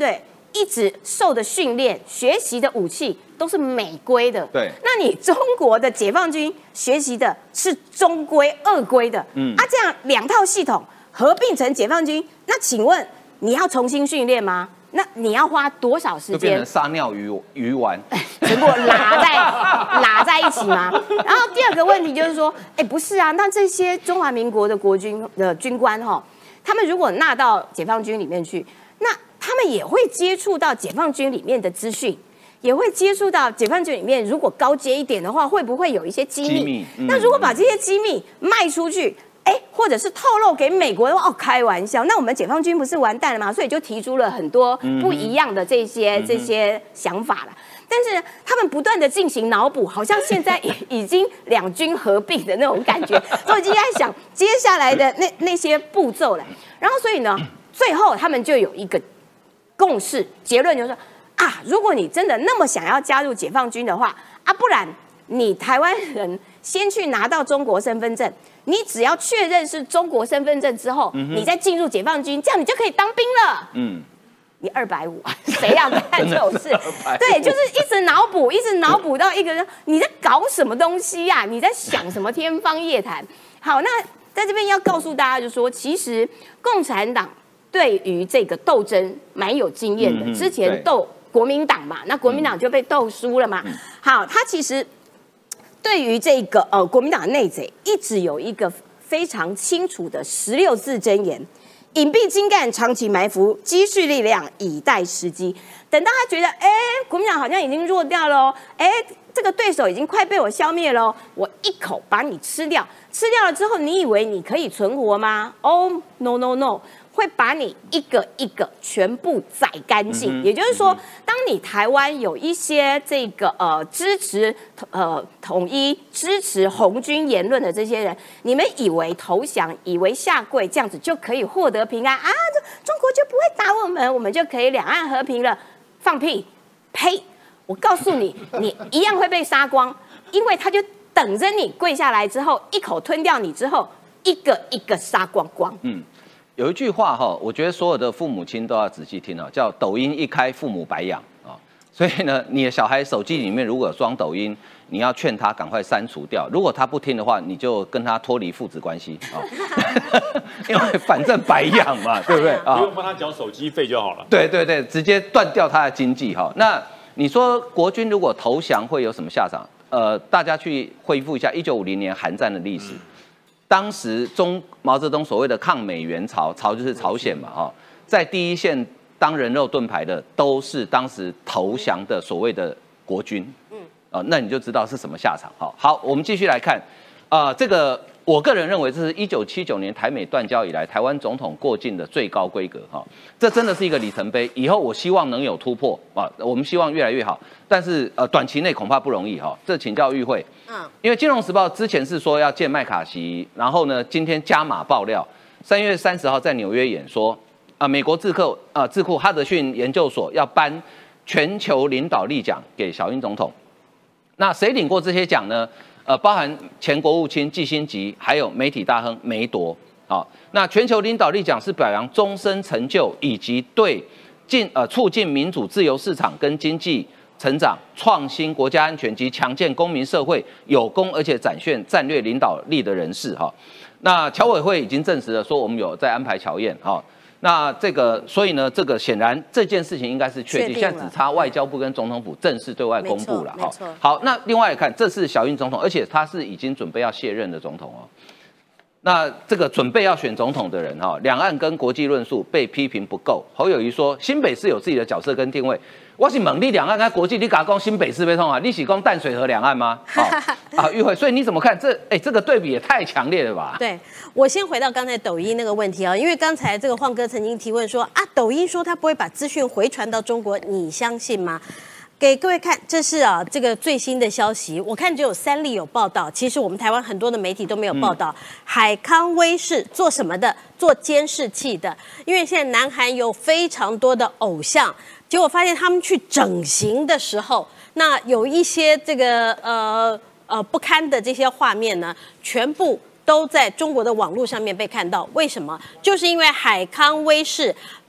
一直受的训练、学习的武器都是美规的。 对， 那你中国的解放军学习的是中规、俄规的。嗯，啊，这样两套系统合并成解放军，那请问你要重新训练吗？那你要花多少时间？ 就变成撒尿鱼鱼丸， 全部拉在拉在一起吗？然后第二个问题就是说，哎，不是啊，那这些中华民国的国军的军官哈，他们如果纳到解放军里面去，那他们也会接触到解放军里面的资讯，也会接触到解放军里面，如果高阶一点的话，会不会有一些机密？ 机密嗯、 那如果把这些机密卖出去？哎，或者是透露给美国的话，哦，开玩笑，那我们解放军不是完蛋了吗？所以就提出了很多不一样的这些、嗯、这些想法了。但是他们不断的进行脑补，好像现在已经两军合并的那种感觉，都已经在想接下来的那那些步骤了。然后所以呢，最后他们就有一个共识，结论就是说啊，如果你真的那么想要加入解放军的话，啊，不然你台湾人先去拿到中国身份证。你只要确认是中国身份证之后，嗯、你再进入解放军，这样你就可以当兵了。嗯，你二百五，谁要干这种事？对，就是一直脑补，一直脑补到一个人，你在搞什么东西呀、啊？你在想什么天方夜谭？好，那在这边要告诉大家，就说其实共产党对于这个斗争蛮有经验的，嗯、之前斗国民党嘛，那国民党就被斗输了嘛。嗯、好，他其实。对于这个呃国民党的内贼，一直有一个非常清楚的十六字箴言：隐蔽精干，长期埋伏，积蓄力量，以待时机。等到他觉得，哎，国民党好像已经弱掉了，哎，这个对手已经快被我消灭了，我一口把你吃掉。吃掉了之后，你以为你可以存活吗？哦 ，no no no。会把你一个一个全部宰干净，嗯、也就是说，当你台湾有一些这个呃支持呃统一、支持红军言论的这些人，你们以为投降、以为下跪这样子就可以获得平安啊？中国就不会打我们，我们就可以两岸和平了？放屁！呸！我告诉你，你一样会被杀光，因为他就等着你跪下来之后，一口吞掉你之后，一个一个杀光光。嗯。 有一句话哈，我觉得所有的父母亲都要仔细听啊，叫抖音一开，父母白养啊。所以呢，你的小孩手机里面如果有装抖音，你要劝他赶快删除掉。如果他不听的话，你就跟他脱离父子关系啊，因为反正白养嘛，对不对啊？ 不用帮他缴手机费就好了。 对对对，直接断掉他的经济哈。那你说国军如果投降会有什么下场？呃，大家去恢复一下一九五零年韩战的历史。嗯当时中毛泽东所谓的抗美援朝，朝就是朝鲜嘛，哈，在第一线当人肉盾牌的都是当时投降的所谓的国军，嗯，啊，那你就知道是什么下场。好，好，我们继续来看，啊、呃，这个我个人认为这是一九七九年台美断交以来台湾总统过境的最高规格，哈，这真的是一个里程碑。以后我希望能有突破啊，我们希望越来越好，但是呃，短期内恐怕不容易哈。这请教与会。嗯，因为《金融时报》之前是说要见麦卡锡，然后呢，今天加码爆料，三月三十号在纽约演说，啊、呃，美国智库啊、呃、智库哈德逊研究所要颁全球领导力奖给小英总统。那谁领过这些奖呢？呃，包含前国务卿季辛吉，还有媒体大亨梅铎。好，那全球领导力奖是表扬终身成就以及对进呃促进民主自由市场跟经济成长、创新国家安全及强健公民社会有功，而且展现战略领导力的人士哈。那侨委会已经证实了，说我们有在安排侨宴哈。那这个，所以呢，这个显然这件事情应该是确定，现在只差外交部跟总统府正式对外公布了哈。好，那另外看，这是小英总统，而且他是已经准备要卸任的总统哦。那这个准备要选总统的人哈，两岸跟国际论述被批评不够。侯友宜说，新北市有自己的角色跟定位。我是猛力两岸跟国际，你敢讲新北市被痛啊？你是讲淡水河两岸吗？好啊，玉慧，所以你怎么看这？哎、欸，这个对比也太强烈了吧？ 对，我先回到刚才抖音那个问题啊，因为刚才这个晃哥曾经提问说啊，抖音说他不会把资讯回传到中国，你相信吗？给各位看，这是啊这个最新的消息，我看只有三例有报道，其实我们台湾很多的媒体都没有报道。嗯、海康威视做什么的？做监视器的，因为现在南韩有非常多的偶像。结果发现他们去整形的时候，那有一些这个呃呃不堪的这些画面呢，全部都在中国的网络上面被看到。为什么？就是因为海康威视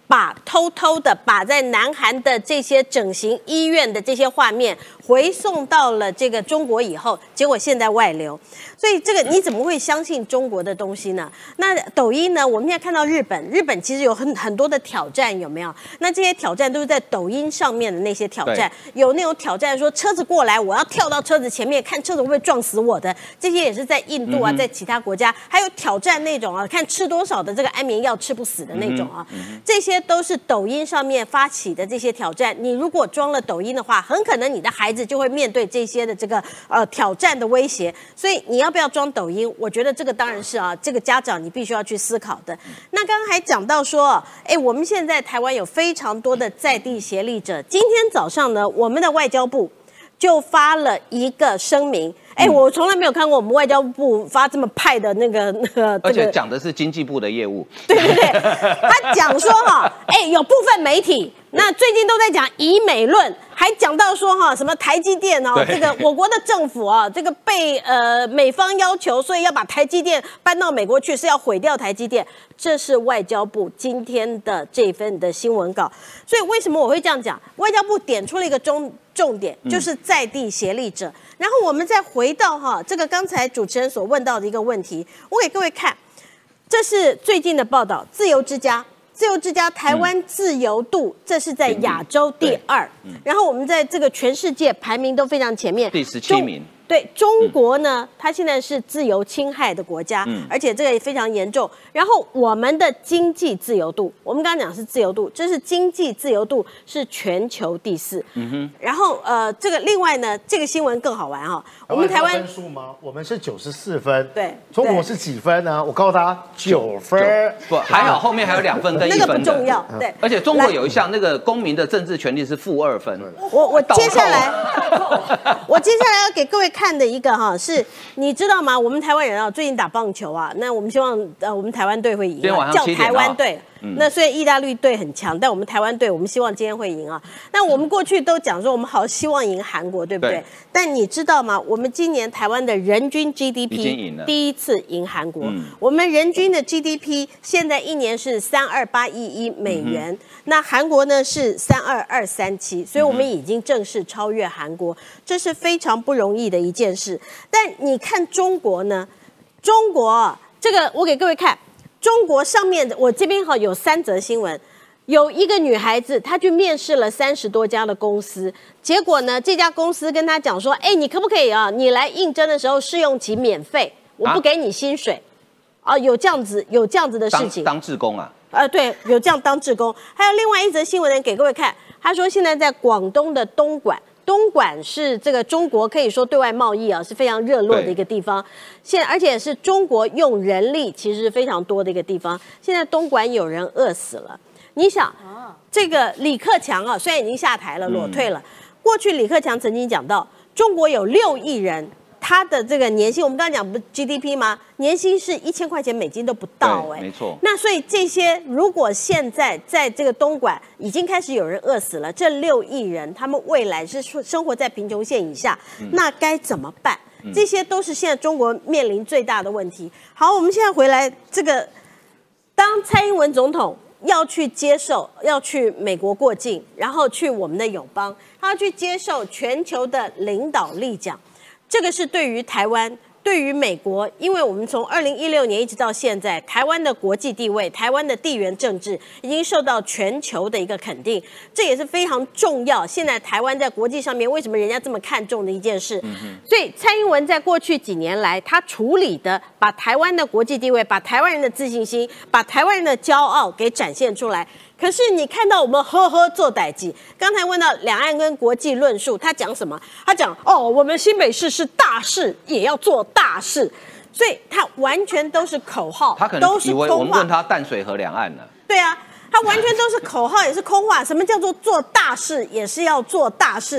把偷偷的把在南韩的这些整形医院的这些画面回送到了这个中国以后，结果现在外流，所以这个你怎么会相信中国的东西呢？那抖音呢？我们现在看到日本，日本其实有很很多的挑战，有没有？那这些挑战都是在抖音上面的那些挑战，有那种挑战说车子过来，我要跳到车子前面看车子会不会撞死我的，这些也是在印度啊，嗯、在其他国家，还有挑战那种啊，看吃多少的这个安眠药吃不死的那种啊，嗯嗯、这些都是抖音上面发起的这些挑战。你如果装了抖音的话，很可能你的孩子就会面对这些的这个呃挑战的威胁。所以你要不要装抖音？我觉得这个当然是啊，这个家长你必须要去思考的。那刚刚还讲到说，哎，我们现在台湾有非常多的在地协力者。今天早上呢，我们的外交部就发了一个声明。哎，我从来没有看过我们外交部发这么派的那个那个， 而且讲的是经济部的业务。 对对对，他讲说哈，哎，有部分媒体那最近都在讲以美论，还讲到说哈，什么台积电哦，这个我国的政府啊，这个被呃美方要求，所以要把台积电搬到美国去，是要毁掉台积电。这是外交部今天的这份的新闻稿。所以为什么我会这样讲？外交部点出了一个重重点，就是在地协力者。嗯、然后我们再回到哈这个刚才主持人所问到的一个问题，我给各位看，这是最近的报道，自由之家。自由之家台湾自由度，嗯、这是在亚洲第二，嗯、然后我们在这个全世界排名都非常前面， 第十七名。 对中国呢，它现在是自由侵害的国家，嗯、而且这个也非常严重。然后我们的经济自由度，我们刚刚讲是自由度，这是经济自由度是全球第四。嗯哼。然后呃，这个另外呢，这个新闻更好玩哈、哦，我们台湾分数吗？我们是九十四分， 对， 中国是几分呢？我告诉大家，九分。 不，还好后面还有两分跟一分的， 那个不重要。对， 而且中国有一项那个公民的政治权利是负二分。 我我接下来，我接下来要给各位看。看的一个哈是，你知道吗？我们台湾人啊，最近打棒球啊，那我们希望呃，我们台湾队会赢、啊，叫台湾队。嗯、那虽然意大利队很强，但我们台湾队，我们希望今天会赢啊。那我们过去都讲说，我们好希望赢韩国，对不对？对。但你知道吗？我们今年台湾的人均 G D P 第一次赢韩国，嗯、我们人均的 G D P 现在一年是三二八一一美元，嗯、那韩国呢是三二二三七，所以我们已经正式超越韩国，这是非常不容易的一件事。但你看中国呢？中国这个我给各位看。中国上面我这边哈有三则新闻，有一个女孩子她去面试了三十多家的公司，结果呢这家公司跟她讲说，哎，你可不可以啊？你来应征的时候试用期免费，我不给你薪水，啊，有这样子有这样子的事情。 当, 当志工啊？ 呃，对，有这样当志工。还有另外一则新闻呢，给各位看，他说现在在广东的东莞。东莞是这个中国可以说对外贸易啊是非常热络的一个地方，现而且是中国用人力其实是非常多的一个地方。现在东莞有人饿死了，你想，这个李克强啊，虽然已经下台了，裸退了，嗯、过去李克强曾经讲到，中国有六亿人。他的这个年薪，我们刚刚讲不是 G D P 吗？年薪是一千块钱美金都不到哎、欸， 没错。 那所以这些，如果现在在这个东莞已经开始有人饿死了，这六亿人他们未来是生活在贫穷线以下，嗯、那该怎么办？嗯、这些都是现在中国面临最大的问题。好，我们现在回来，这个当蔡英文总统要去接受，要去美国过境，然后去我们的友邦，他要去接受全球的领导力奖。这个是对于台湾，对于美国，因为我们从二零一六年一直到现在，台湾的国际地位、台湾的地缘政治已经受到全球的一个肯定，这也是非常重要。现在台湾在国际上面为什么人家这么看重的一件事？嗯、所以蔡英文在过去几年来，他处理的把台湾的国际地位、把台湾人的自信心、把台湾人的骄傲给展现出来。可是你看到我们呵呵做代际，刚才问到两岸跟国际论述，他讲什么？他讲哦，我们新北市是大事，也要做大事，所以他完全都是口号， 他可能以为我们问他淡水河两岸呢。 对啊，他完全都是口号，也是空话。什么叫做做大事，也是要做大事。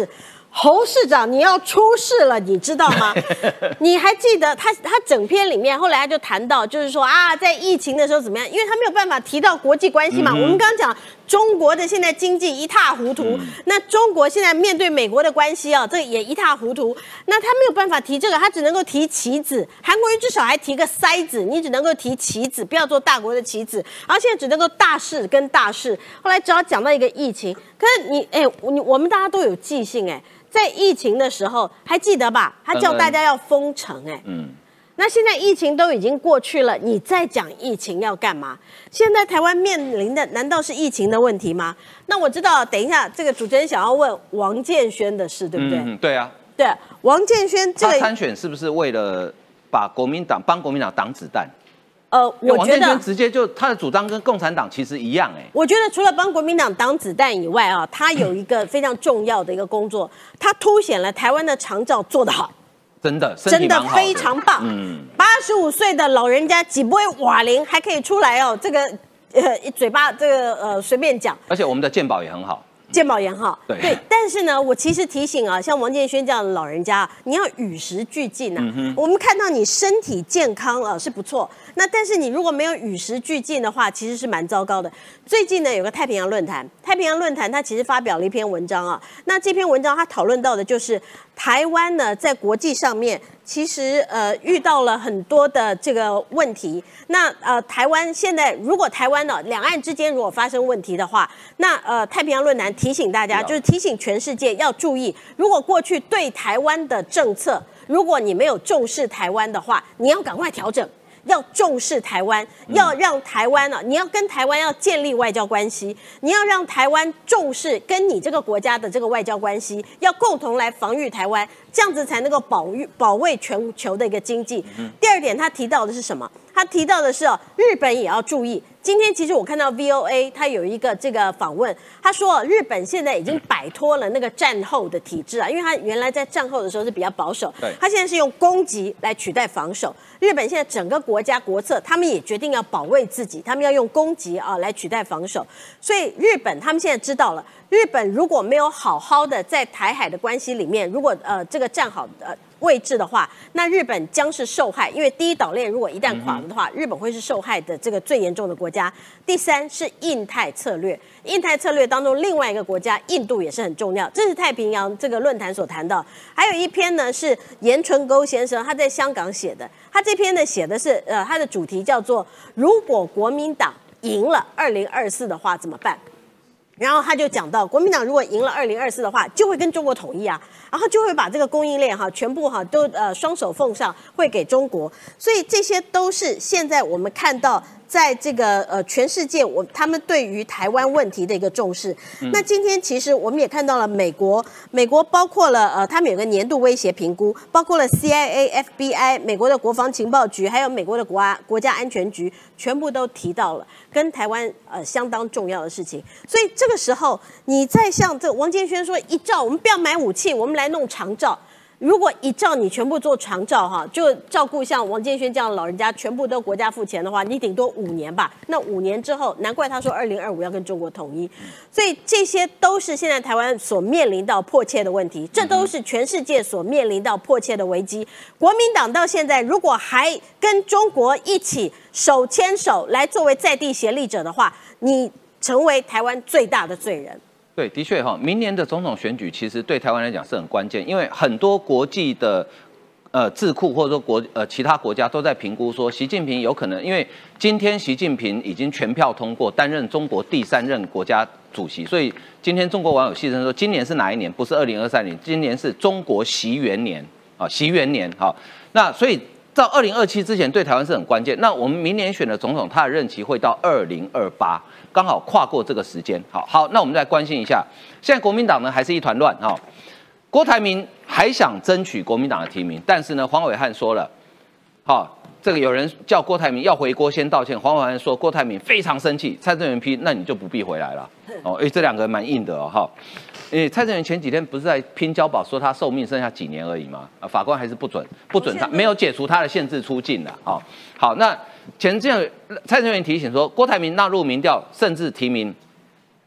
侯市长，你要出事了，你知道吗？你还记得他他整篇里面，后来他就谈到，就是说啊，在疫情的时候怎么样？因为他没有办法提到国际关系嘛。嗯、我们刚刚讲中国的现在经济一塌糊涂，嗯、那中国现在面对美国的关系啊，这也一塌糊涂。那他没有办法提这个，他只能够提棋子。韩国瑜至少还提个筛子，你只能够提棋子，不要做大国的棋子。然后现在只能够大事跟大事。后来只要讲到一个疫情，可是你哎，你我们大家都有记性哎。在疫情的时候，还记得吧？他叫大家要封城，哎，嗯，那现在疫情都已经过去了，你再讲疫情要干嘛？现在台湾面临的难道是疫情的问题吗？那我知道，等一下这个主持人想要问王建煊的事，对不对？ 嗯，对啊， 对，王建煊这个他参选是不是为了把国民党帮国民党挡子弹？ 呃，我觉得直接就他的主张跟共产党其实一样，哎， 我觉得除了帮国民党挡子弹以外啊，他有一个非常重要的一个工作，他凸显了台湾的长照做得好， 真的， 真的非常棒。嗯，八十五岁的老人家几杯瓦林还可以出来哦，这个呃嘴巴这个呃随便讲， 而且我们的健保也很好。 健保也好， 对对，但是呢，我其实提醒啊，像王建煊这样的老人家，你要与时俱进啊。嗯、我们看到你身体健康啊是不错，那但是你如果没有与时俱进的话，其实是蛮糟糕的。最近呢，有个太平洋论坛，太平洋论坛它其实发表了一篇文章啊，那这篇文章它讨论到的就是台湾呢在国际上面其实呃遇到了很多的这个问题。那呃台湾现在如果台湾呢两岸之间如果发生问题的话，那呃太平洋论坛提醒大家，就是提醒全世界要注意，如果过去对台湾的政策，如果你没有重视台湾的话，你要赶快调整。要重视台湾，要让台湾啊，你要跟台湾要建立外交关系，你要让台湾重视跟你这个国家的这个外交关系，要共同来防御台湾，这样子才能够保育保卫全球的一个经济。嗯、第二点，他提到的是什么？他提到的是哦，日本也要注意。今天其实我看到 V O A 他有一个这个访问，他说日本现在已经摆脱了那个战后的体制啊，因为他原来在战后的时候是比较保守，他现在是用攻击来取代防守。日本现在整个国家国策，他们也决定要保卫自己，他们要用攻击啊来取代防守。所以日本他们现在知道了，日本如果没有好好的在台海的关系里面，如果呃这个站好呃。位置的话，那日本将是受害，因为第一岛链如果一旦垮了的话，日本会是受害的这个最严重的国家。第三是印太策略，印太策略当中另外一个国家印度也是很重要，这是太平洋这个论坛所谈到。还有一篇呢是严纯沟先生他在香港写的，他这篇呢写的是呃他的主题叫做如果国民党赢了二零二四的话怎么办？然后他就讲到，国民党如果赢了二零二四的话，就会跟中国统一啊，然后就会把这个供应链哈全部哈都呃双手奉上，会给中国。所以这些都是现在我们看到在这个呃全世界我他们对于台湾问题的一个重视。嗯、那今天其实我们也看到了美国，美国包括了呃他们有个年度威胁评估，包括了 C I A、F B I、美国的国防情报局，还有美国的国安国家安全局，全部都提到了跟台湾呃相当重要的事情。所以这个时候，你再像这王建煊说一兆，我们不要买武器，我们来弄长照。如果一兆你全部做长照哈，就照顾像王建煊这样的老人家，全部都国家付钱的话，你顶多五年吧。那五年之后，难怪他说二零二五要跟中国统一。所以这些都是现在台湾所面临到迫切的问题，这都是全世界所面临到迫切的危机。国民党到现在如果还跟中国一起手牵手来作为在地协力者的话，你成为台湾最大的罪人。 对，的确哈，明年的总统选举其实对台湾来讲是很关键，因为很多国际的呃智库或者说国呃其他国家都在评估说，习近平有可能，因为今天习近平已经全票通过担任中国第三任国家主席，所以今天中国网友戏称说，今年是哪一年？不是二零二三年，今年是中国习元年啊，习元年好，那所以。到二零二七之前对台湾是很关键。那我们明年选的总统，他的任期会到二零二八，刚好跨过这个时间。好，好，那我们再关心一下，现在国民党呢还是一团乱哈。郭台铭还想争取国民党的提名，但是呢，黄伟汉说了，好，这个有人叫郭台铭要回锅先道歉，黄伟汉说郭台铭非常生气，蔡正元批，那你就不必回来了。哦，哎，这两个蛮硬的哦，哈。诶，蔡正元前几天不是在拼交保，说他寿命剩下几年而已吗？啊，法官还是不准，不准他，没有解除他的限制出境的。好、哦，好，那前这样蔡正元提醒说，郭台铭纳入民调，甚至提名，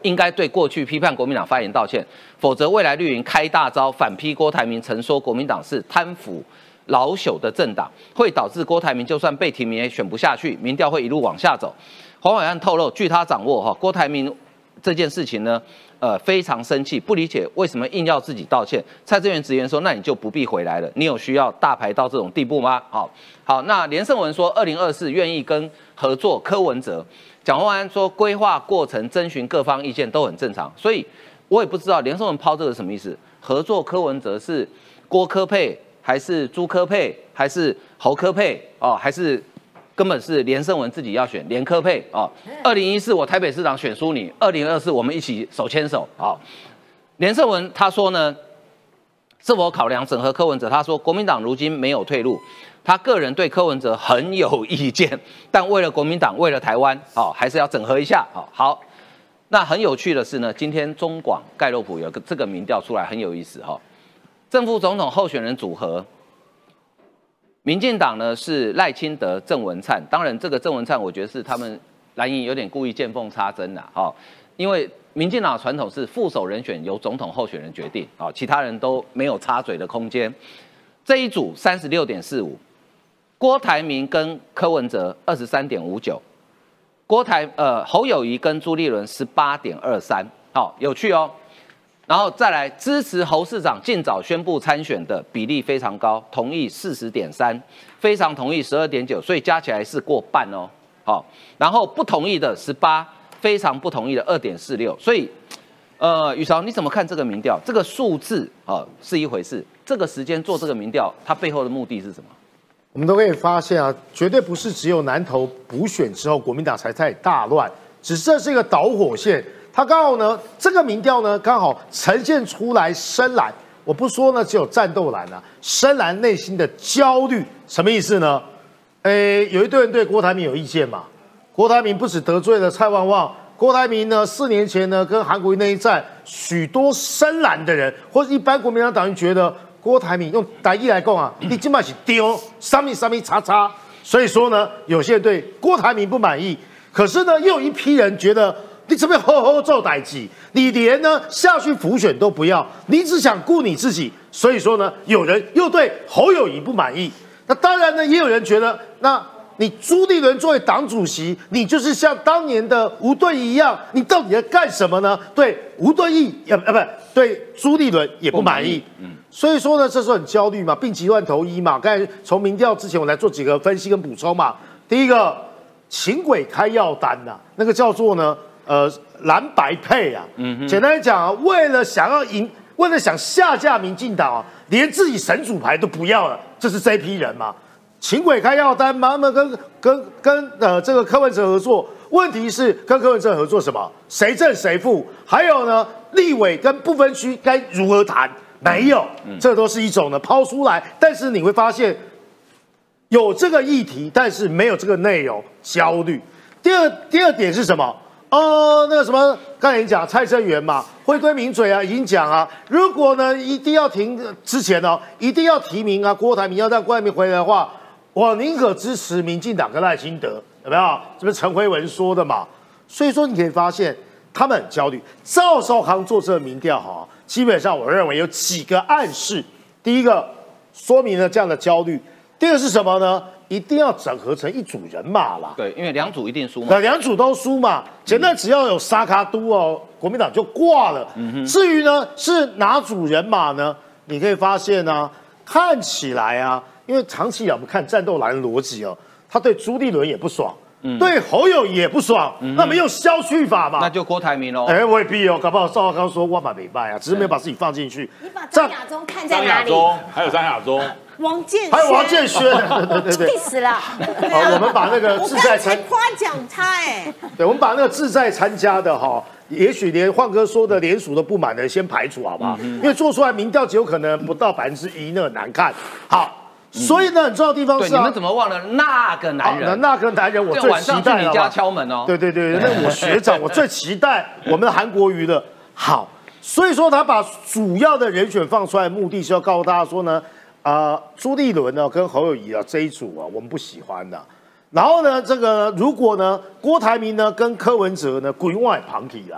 应该对过去批判国民党发言道歉，否则未来绿营开大招反批郭台铭曾说国民党是贪腐老朽的政党，会导致郭台铭就算被提名也选不下去，民调会一路往下走。黄伟汉透露，据他掌握，哈，郭台铭这件事情呢，呃，非常生气，不理解为什么硬要自己道歉。蔡正元直言说，那你就不必回来了，你有需要大牌到这种地步吗？好，好，那连胜文说，二零二四愿意跟合作柯文哲。蒋万安说，规划过程征询各方意见都很正常，所以我也不知道连胜文抛这个什么意思。合作柯文哲是郭柯配，还是朱柯配，还是侯柯配？哦，还是根本是连胜文自己要选连柯配？哦，二零一四我台北市长选输你，二零二四我们一起手牵手。好、哦，连胜文他说呢，是否考量整合柯文哲？他说，国民党如今没有退路。他个人对柯文哲很有意见，但为了国民党，为了台湾，哦，还是要整合一下。哦，好，那很有趣的是呢，今天中广盖洛普有个这个民调出来，很有意思哈、哦。正副总统候选人组合，民进党呢是赖清德、郑文灿，当然这个郑文灿，我觉得是他们蓝营有点故意见缝插针啦，哈、哦，因为民进党的传统是副手人选由总统候选人决定，啊、哦，其他人都没有插嘴的空间。这一组三十六点四五。郭台铭跟柯文哲二十三点五九，郭台呃侯友宜跟朱立伦十八点二三，好有趣哦。然后再来支持侯市长尽早宣布参选的比例非常高，同意四十点三，非常同意十二点九，所以加起来是过半哦。好，然后不同意的十八，非常不同意的二点四六，所以呃宇潮你怎么看这个民调？这个数字啊、呃、是一回事，这个时间做这个民调，它背后的目的是什么？ 我们都可以发现啊，绝对不是只有南投补选之后，国民党才在大乱，只是这是一个导火线。它刚好呢，这个民调呢，刚好呈现出来深蓝。我不说呢，只有战斗蓝啊，深蓝内心的焦虑，什么意思呢？诶，有一堆人对郭台铭有意见嘛。郭台铭不止得罪了蔡旺旺，郭台铭呢，四年前呢，跟韩国瑜那一战，许多深蓝的人或者一般国民党党员觉得。郭台铭用台语来讲啊，你今麦是丢上面上面叉叉，所以说呢，有些人对郭台铭不满意，可是呢，又有一批人觉得你这边吼吼做代志，你连呢下去辅选都不要，你只想顾你自己，所以说呢，有人又对侯友宜不满意，那当然呢，也有人觉得那。你朱立伦作为党主席，你就是像当年的吴敦义一样，你到底在干什么呢？对吴敦义呃呃不对朱立伦也不满意，嗯，所以说呢，这时候很焦虑嘛，病急乱投医嘛。刚才从民调之前，我来做几个分析跟补充嘛。第一个，请鬼开药单呐、啊，那个叫做呢呃蓝白配啊，嗯，简单来讲啊，为了想要赢，为了想下架民进党啊，连自己神主牌都不要了，这是这批人嘛。请鬼开药单，慢慢跟跟跟呃这个柯文哲合作，问题是跟柯文哲合作什么？谁正谁负？还有呢，立委跟不分区该如何谈？没有，这都是一种呢抛出来，但是你会发现有这个议题，但是没有这个内容，焦虑。第二第二点是什么？哦，那个什么，刚才你讲蔡正元嘛，会堆名嘴啊，已经讲啊，如果呢一定要停之前呢、哦，一定要提名啊，郭台铭要让郭台铭回来的话。我宁可支持民进党跟赖清德，有没有？这不是陈辉文说的嘛？所以说你可以发现他们很焦虑。赵少康做这个民调哈，基本上我认为有几个暗示。第一个说明了这样的焦虑，第二个是什么呢？一定要整合成一组人马啦。 对，因为两组一定输嘛。 那两组都输嘛，简单只要有沙卡都哦，国民党就挂了。嗯、至于呢是哪组人马呢？你可以发现呢、啊，看起来啊。因为长期以来我们看战斗蓝的逻辑哦，他对朱立伦也不爽，嗯、对侯友宜也不爽，嗯、那么用消去法嘛， 那就郭台铭喽。 哎，未必哦，搞不好赵少康说我把没败啊，只是没有把自己放进去。 你把张亚中看在哪里？ 张亚中还有张亚中， 王建轩， 还有王建轩，对对对， 气死了。 好，我们把那个志在参夸奖他哎， 对，我们把那个志在参加的哈。也许连焕哥说的联署的不满的先排除好不好？嗯、因为做出来民调极有可能不到百分之一，那很难看。好，所以呢，很重要的地方是、啊， 对，你们怎么忘了那个男人？ 那个男人我最期待了。 你家敲门哦。 对对对，那我学长，我最期待我们的韩国瑜的。好，所以说他把主要的人选放出来，目的是要告诉大家说呢，啊、呃，朱立伦呢跟侯友宜啊这一组啊，我们不喜欢的。然后呢，这个如果呢，郭台铭呢跟柯文哲呢，鬼外旁体啦，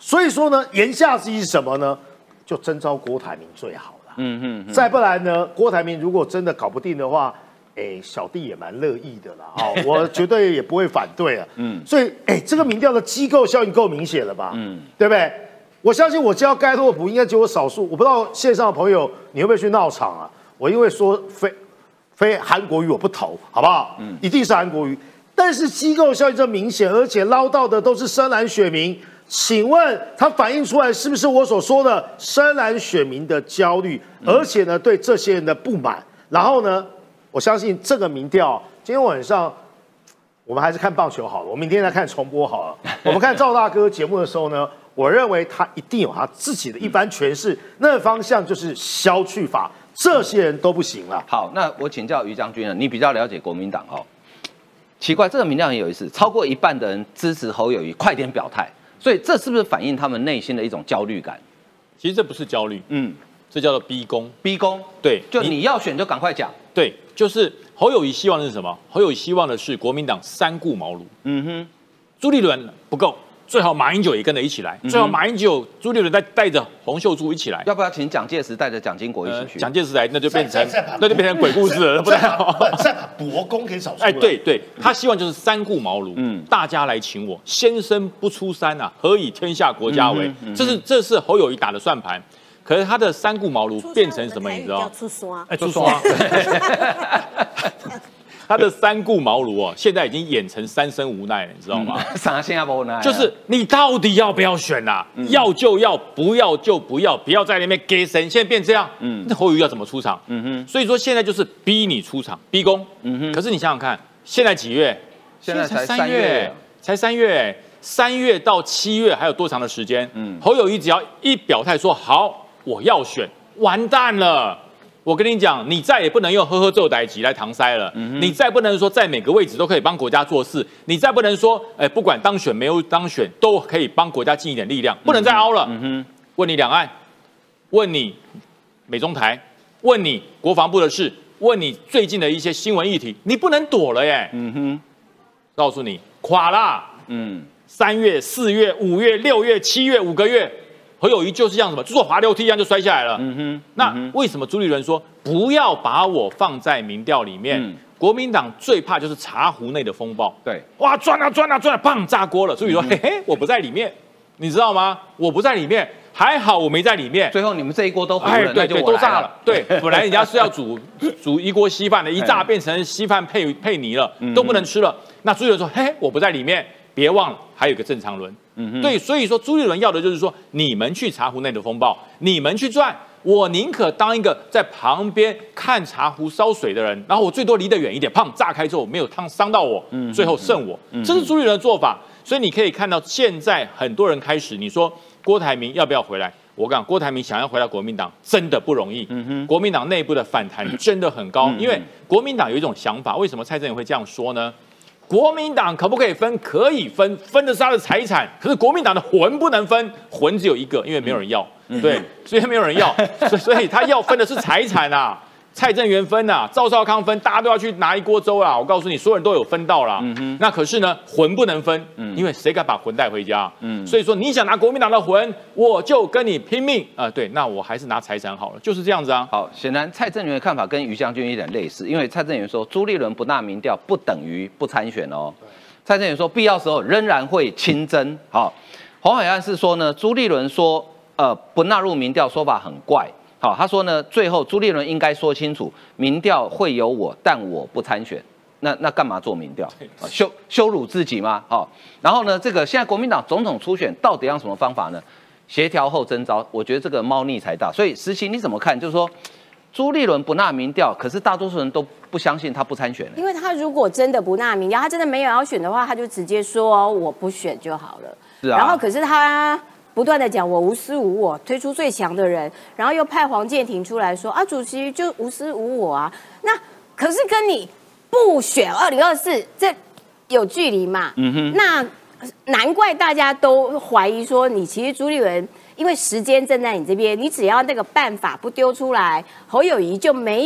所以说呢，言下之意是什么呢？就征召郭台铭最好了。嗯嗯。再不然呢，郭台铭如果真的搞不定的话，哎，小弟也蛮乐意的啦。哦，我绝对也不会反对啊。嗯。所以，哎，这个民调的机构效应够明显了吧？嗯，对不对？我相信我教盖洛普应该只有少数，我不知道线上的朋友你会不会去闹场啊？我因为说非非韩国瑜我不投，好不好？嗯，一定是韩国瑜。但是机构效应这明显，而且捞到的都是深蓝选民。请问它反映出来是不是我所说的深蓝选民的焦虑，而且呢对这些人的不满？然后呢，我相信这个民调，今天晚上我们还是看棒球好了，我明天再看重播好了。我们看赵大哥节目的时候呢，我认为他一定有他自己的一番诠释，那个方向就是消去法，这些人都不行了。 好，那我请教于将军了，你比较了解国民党哦。奇怪，这个民调很有意思，超过一半的人支持侯友宜，快点表态。所以这是不是反映他们内心的一种焦虑感？ 其实这不是焦虑，嗯，这叫做逼宫。 逼宫， 对， 就你要选就赶快讲。 对，就是侯友宜希望的是什么？侯友宜希望的是国民党三顾茅庐。嗯哼，朱立伦不够，最好马英九也跟着一起来，嗯、最好马英九、朱立伦带带着洪秀柱一起来。 要不要请蒋介石带着蒋经国一起去？ 蒋、呃、介石来，那就变成那就变成鬼故事了，不太好。 再把伯公给找出来。 哎，对对，他希望就是三顾茅庐，嗯，大家来请我，先生不出山啊，何以天下国家为？嗯嗯、这是这是侯友宜打的算盘。可是他的三顾茅庐变成什么？你知道？ 出刷， 哎，出刷。他的三顾茅庐哦，现在已经演成三生无奈了，你知道吗？ 三生无奈， 就是你到底要不要选啊？嗯、要就要，不要就不要，不要在那边给神。现在变这样，嗯，那侯友宜要怎么出场？嗯哼，所以说现在就是逼你出场，逼宫。嗯哼，可是你想想看，现在几月？ 现在才三月， 才三月，三月到七月还有多长的时间？嗯，侯友宜只要一表态说好，我要选，完蛋了。我跟你讲，你再也不能用呵呵奏代级来搪塞了。嗯、你再不能说在每个位置都可以帮国家做事，你再不能说，哎，不管当选没有当选，都可以帮国家尽一点力量，不能再凹了。嗯哼，问你两岸，问你美中台，问你国防部的事，问你最近的一些新闻议题，你不能躲了耶。嗯哼，告诉你，垮啦。嗯，三月、四月、五月、六月、七月五个月。侯友宜就是像什么，就做滑溜梯一样就摔下来了。嗯哼，那、嗯、为什么朱立伦说不要把我放在民调里面？嗯、国民党最怕就是茶壶内的风暴。 对， 哇，转啊转啊转啊，砰，炸锅了。所以说，嗯、嘿嘿，我不在里面，你知道吗？我不在里面，还好我没在里面。 最后你们这一锅都糊了， 哎、对对， 都炸了。对，本来人家是要煮煮一锅稀饭的，一炸变成稀饭配配泥了，都不能吃了。那朱立伦说，嘿，我不在里面。别忘了，还有一个郑长伦。嗯、对，所以说朱立伦要的就是说，你们去茶壶内的风暴，你们去赚，我宁可当一个在旁边看茶壶烧水的人，然后我最多离得远一点，砰，炸开之后没有烫伤到我，嗯、最后剩我，嗯、这是朱立伦的做法。所以你可以看到，现在很多人开始，你说郭台铭要不要回来？我讲郭台铭想要回到国民党真的不容易，嗯、国民党内部的反弹真的很高，嗯、因为国民党有一种想法，为什么蔡正元会这样说呢？国民党可不可以分？可以分，分的是他的财产。可是国民党的魂不能分，魂只有一个，因为没有人要，嗯、对，所以没有人要，所以他要分的是财产啊。蔡正元分啊，赵少康分，大家都要去拿一锅粥啦。我告诉你，所有人都有分到啦。嗯、那可是呢，魂不能分，嗯、因为谁敢把魂带回家？嗯、所以说你想拿国民党的魂，我就跟你拼命啊、呃！对，那我还是拿财产好了，就是这样子啊。 好，显然蔡正元的看法跟于将军有点类似，因为蔡正元说朱立伦不纳民调不等于不参选哦。蔡正元说必要时候仍然会亲征。好，黄海安是说呢，朱立伦说呃不纳入民调说法很怪。好，他说呢，最后朱立伦应该说清楚，民调会有我，但我不参选。那那干嘛做民调？羞羞辱自己吗？好，然后呢，这个现在国民党总统初选到底要什么方法呢？协调后征召，我觉得这个猫腻才大。所以时期你怎么看？就是说，朱立伦不纳民调，可是大多数人都不相信他不参选。 因为他如果真的不纳民调，他真的没有要选的话，他就直接说我不选就好了。是啊。然后可是他不断的讲我无私无我，推出最强的人，然后又派黄健庭出来说啊，主席就无私无我啊。那可是跟你不选二零二四这有距离嘛？嗯哼。那难怪大家都怀疑说，你其实朱立伦因为时间正在你这边，你只要那个办法不丢出来，侯友宜就没有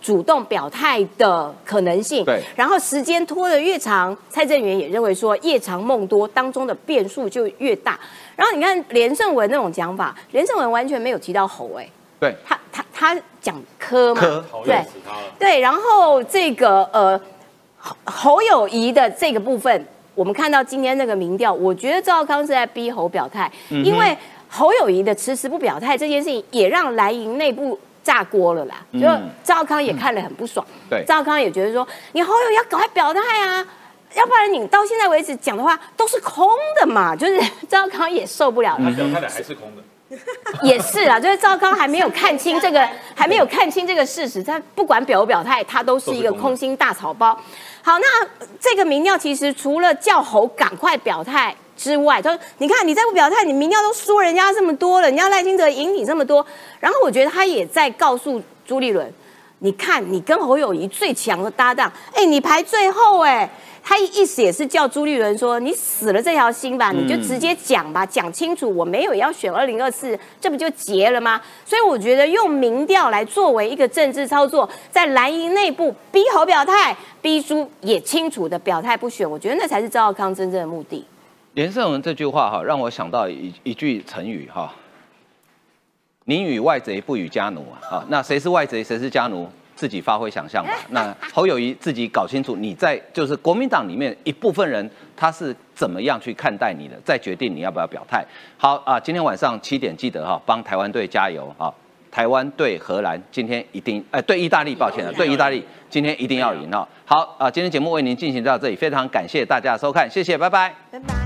主动表态的可能性。 对， 然后时间拖得越长，蔡正元也认为说夜长梦多当中的变数就越大。然后你看连胜文那种讲法，连胜文完全没有提到侯，哎， 对， 他他他讲柯嘛， 柯对对，然后这个呃侯侯友宜的这个部分，我们看到今天那个民调，我觉得赵少康是在逼侯表态，嗯、因为侯友宜的迟迟不表态这件事情，也让蓝营内部炸锅了啦。就赵少康也看了很不爽， 嗯、对， 赵少康也觉得说，你侯友宜要赶快表态啊。要不然你到现在为止讲的话都是空的嘛，就是赵少康也受不了。 他表态的还是空的， 也是啊，就是赵少康还没有看清这个，还没有看清这个事实，他不管表不表态，他都是一个空心大草包。好，那这个民调其实除了叫侯赶快表态之外，他说你看你再不表态，你民调都输人家这么多了，人家赖清德赢你这么多，然后我觉得他也在告诉朱立伦，你看你跟侯友宜最强的搭档，哎，你排最后哎。他意思也是叫朱立伦说：“你死了这条心吧，你就直接讲吧，讲清楚，我没有要选二零二四，这不就结了吗？”所以我觉得用民调来作为一个政治操作，在蓝营内部逼侯表态，逼朱也清楚的表态不选，我觉得那才是赵少康真正的目的。 连胜文这句话哈，让我想到一一句成语哈：“宁与外贼，不与家奴啊。”啊，那谁是外贼，谁是家奴？自己发挥想象吧。那侯友宜自己搞清楚，你在就是国民党里面一部分人他是怎么样去看待你的，再决定你要不要表态。好啊，今天晚上七点记得哈，帮台湾队加油啊！台湾对荷兰今天一定，哎，对意大利，抱歉了，对意大利今天一定要赢啊！好啊，今天节目为您进行到这里，非常感谢大家的收看，谢谢，拜拜， 拜拜。